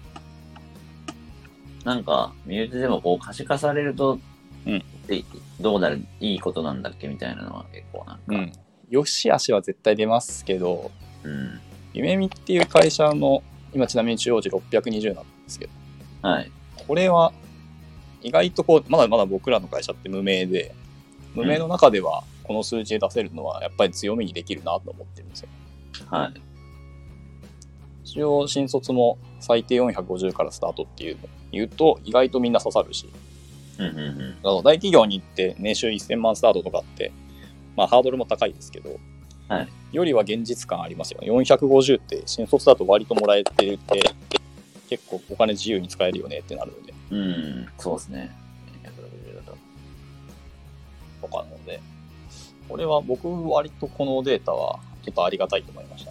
Speaker 2: なんか、身内でもこう可視化されると、
Speaker 1: うん、
Speaker 2: でどうなる、いいことなんだっけみたいなのは結構なんか。
Speaker 1: うん。よしあしは絶対出ますけど、
Speaker 2: うん。
Speaker 1: 夢見っていう会社の、今ちなみに中央値ろっぴゃくにじゅうなんですけど、
Speaker 2: はい。
Speaker 1: これは意外とこう、まだまだ僕らの会社って無名で、無名の中ではこの数値で出せるのはやっぱり強みにできるなと思ってるんですよ。
Speaker 2: はい。
Speaker 1: 一応新卒も最低よんひゃくごじゅうからスタートっていうのを言うと意外とみんな刺さるし、
Speaker 2: うんうんうん、
Speaker 1: あの大企業に行って年収せんまんスタートとかって、まあハードルも高いですけど、
Speaker 2: はい、
Speaker 1: よりは現実感ありますよね。よんひゃくごじゅうって新卒だと割ともらえてるって結構お金自由に使えるよねってなるので。
Speaker 2: うん、そうですね。ひゃくろくじゅうだと。
Speaker 1: とかなので、これは僕割とこのデータはちょっとありがたいと思いました。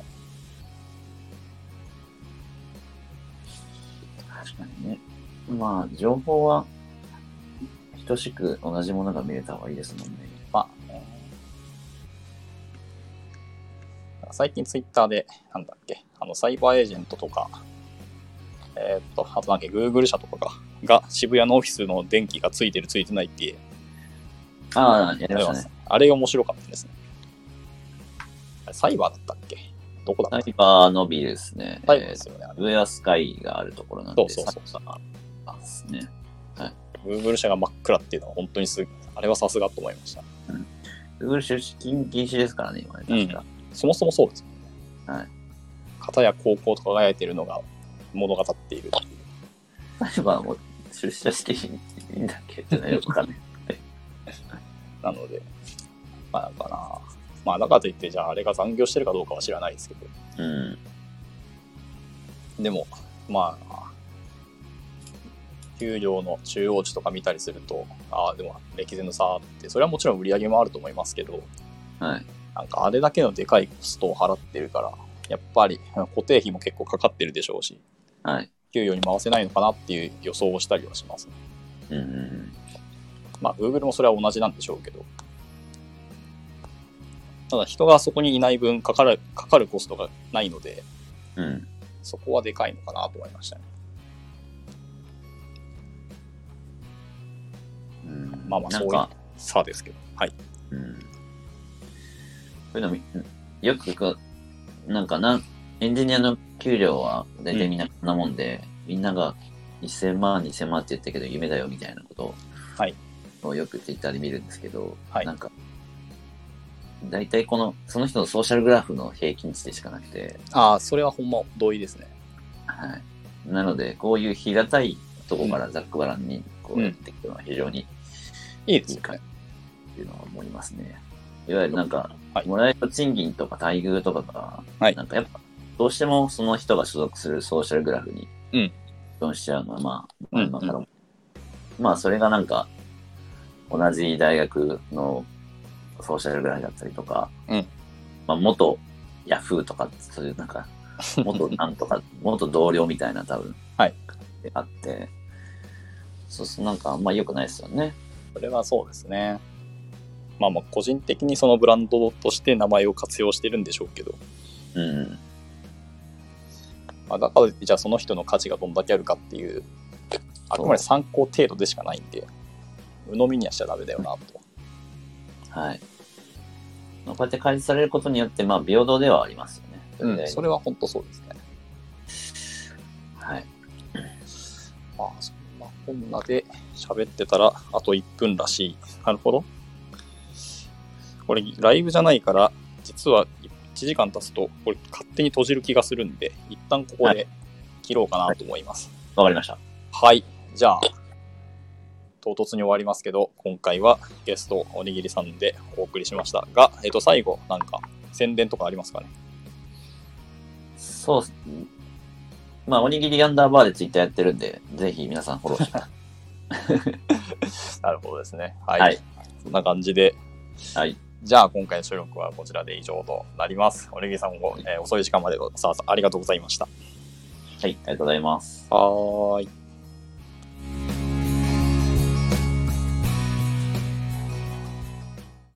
Speaker 2: 確かにね。まあ、情報は等しく同じものが見れた方がいいですもんね。
Speaker 1: まあ、ね、最近ツイッターで、なんだっけ、あの、サイバーエージェントとか、えー、っと、あとなんか Google 社とかが、が渋谷のオフィスの電気がついてるついてないって、
Speaker 2: ああ、やりましたね。
Speaker 1: あれ面白かったですね。サイバーだったっけ？どこだったっけ？
Speaker 2: サイバーのビルですね。
Speaker 1: サイバーですよね。
Speaker 2: ウェアスカイがあるところなんで。
Speaker 1: そうそうそう。
Speaker 2: あですね。はい。
Speaker 1: Google 社が真っ暗っていうのは本当にす、あれはさすがと思いました。
Speaker 2: うん。Google 出資金禁止ですからね、今ね。確か、
Speaker 1: うん。そもそもそうですよね。
Speaker 2: はい。
Speaker 1: 片や高校と輝いているのが物語っているっていう。
Speaker 2: サイバーも出社していいんだっけってね、よくわかんない。
Speaker 1: なので、まあなんかな。まあだからといって、じゃああれが残業してるかどうかは知らないですけど。
Speaker 2: うん。
Speaker 1: でも、まあ、給料の中央値とか見たりすると、ああ、でも歴然の差って、それはもちろん売り上げもあると思いますけど、
Speaker 2: はい。
Speaker 1: なんかあれだけのでかいコストを払ってるから、やっぱり固定費も結構かかってるでしょうし、
Speaker 2: はい。
Speaker 1: 給与に回せないのかなっていう予想をしたりはしますね。
Speaker 2: うんうんうん。
Speaker 1: まあ、Google もそれは同じなんでしょうけど、ただ人がそこにいない分かかる、かかるコストがないので、
Speaker 2: うん、
Speaker 1: そこはでかいのかなと思いましたね。
Speaker 2: うん、
Speaker 1: まあまあ、そういう差ですけど。はい。
Speaker 2: うん。こういうのよくこう、なんかな、エンジニアの給料は大体みんなこんなもんで、うん、みんながせんまん、にせんまんって言ったけど夢だよみたいなことを、
Speaker 1: はい、
Speaker 2: をよくツイッターで見るんですけど、
Speaker 1: はい、
Speaker 2: なんか、大体この、その人のソーシャルグラフの平均値でしかなくて。
Speaker 1: ああ、それはほんま同意ですね。
Speaker 2: はい。なので、こういう平たいところからざっくばらんにこうやっていくのは非常に
Speaker 1: いいですかね。
Speaker 2: っていうのは思いますね。いわゆるなんか、
Speaker 1: はい、
Speaker 2: もらえる賃金とか待遇とかが、
Speaker 1: はい、
Speaker 2: なんかやっぱ、どうしてもその人が所属するソーシャルグラフに
Speaker 1: 依
Speaker 2: 存しちゃうのは、まあ、まあ、今から、うん、まあ、それがなんか、同じ大学のソーシャルグラフだったりとか、
Speaker 1: うん、
Speaker 2: まあ、元ヤフーとか、そういうなんか、元なんとか、元同僚みたいな多分、
Speaker 1: はい、
Speaker 2: あって、そうするとなんかあんま良くないですよね。
Speaker 1: それはそうですね。まあまあ個人的にそのブランドとして名前を活用してるんでしょうけど、
Speaker 2: うん。
Speaker 1: まあ、だからじゃあその人の価値がどんだけあるかっていう、あくまで参考程度でしかないんで、鵜呑みにはしちゃダメだよなと。
Speaker 2: はい。こうやって開示されることによって、まあ平等ではありますよ
Speaker 1: ね。うん、それは本当そうですね。
Speaker 2: はい。
Speaker 1: まあそんなこんなで喋ってたらあといっぷんらしい。なるほど。これライブじゃないから実はいちじかん経つとこれ勝手に閉じる気がするんで一旦ここで切ろうかなと思います。
Speaker 2: わ、はい、かりました。
Speaker 1: はい。じゃあ唐突に終わりますけど今回はゲストおにぎりさんでお送りしましたが、えっと最後なんか宣伝とかありますかね。
Speaker 2: そうですね。まあおにぎりアンダーバーでツイッターやってるんでぜひ皆さんフォローしてください。
Speaker 1: なるほどですね。はい。
Speaker 2: はい、
Speaker 1: そんな感じで。
Speaker 2: はい。
Speaker 1: じゃあ今回の収録はこちらで以上となります。おにぎりさんも、えー、遅い時間までさあありがとうございました。
Speaker 2: はい、ありがとうございます。
Speaker 1: はーい。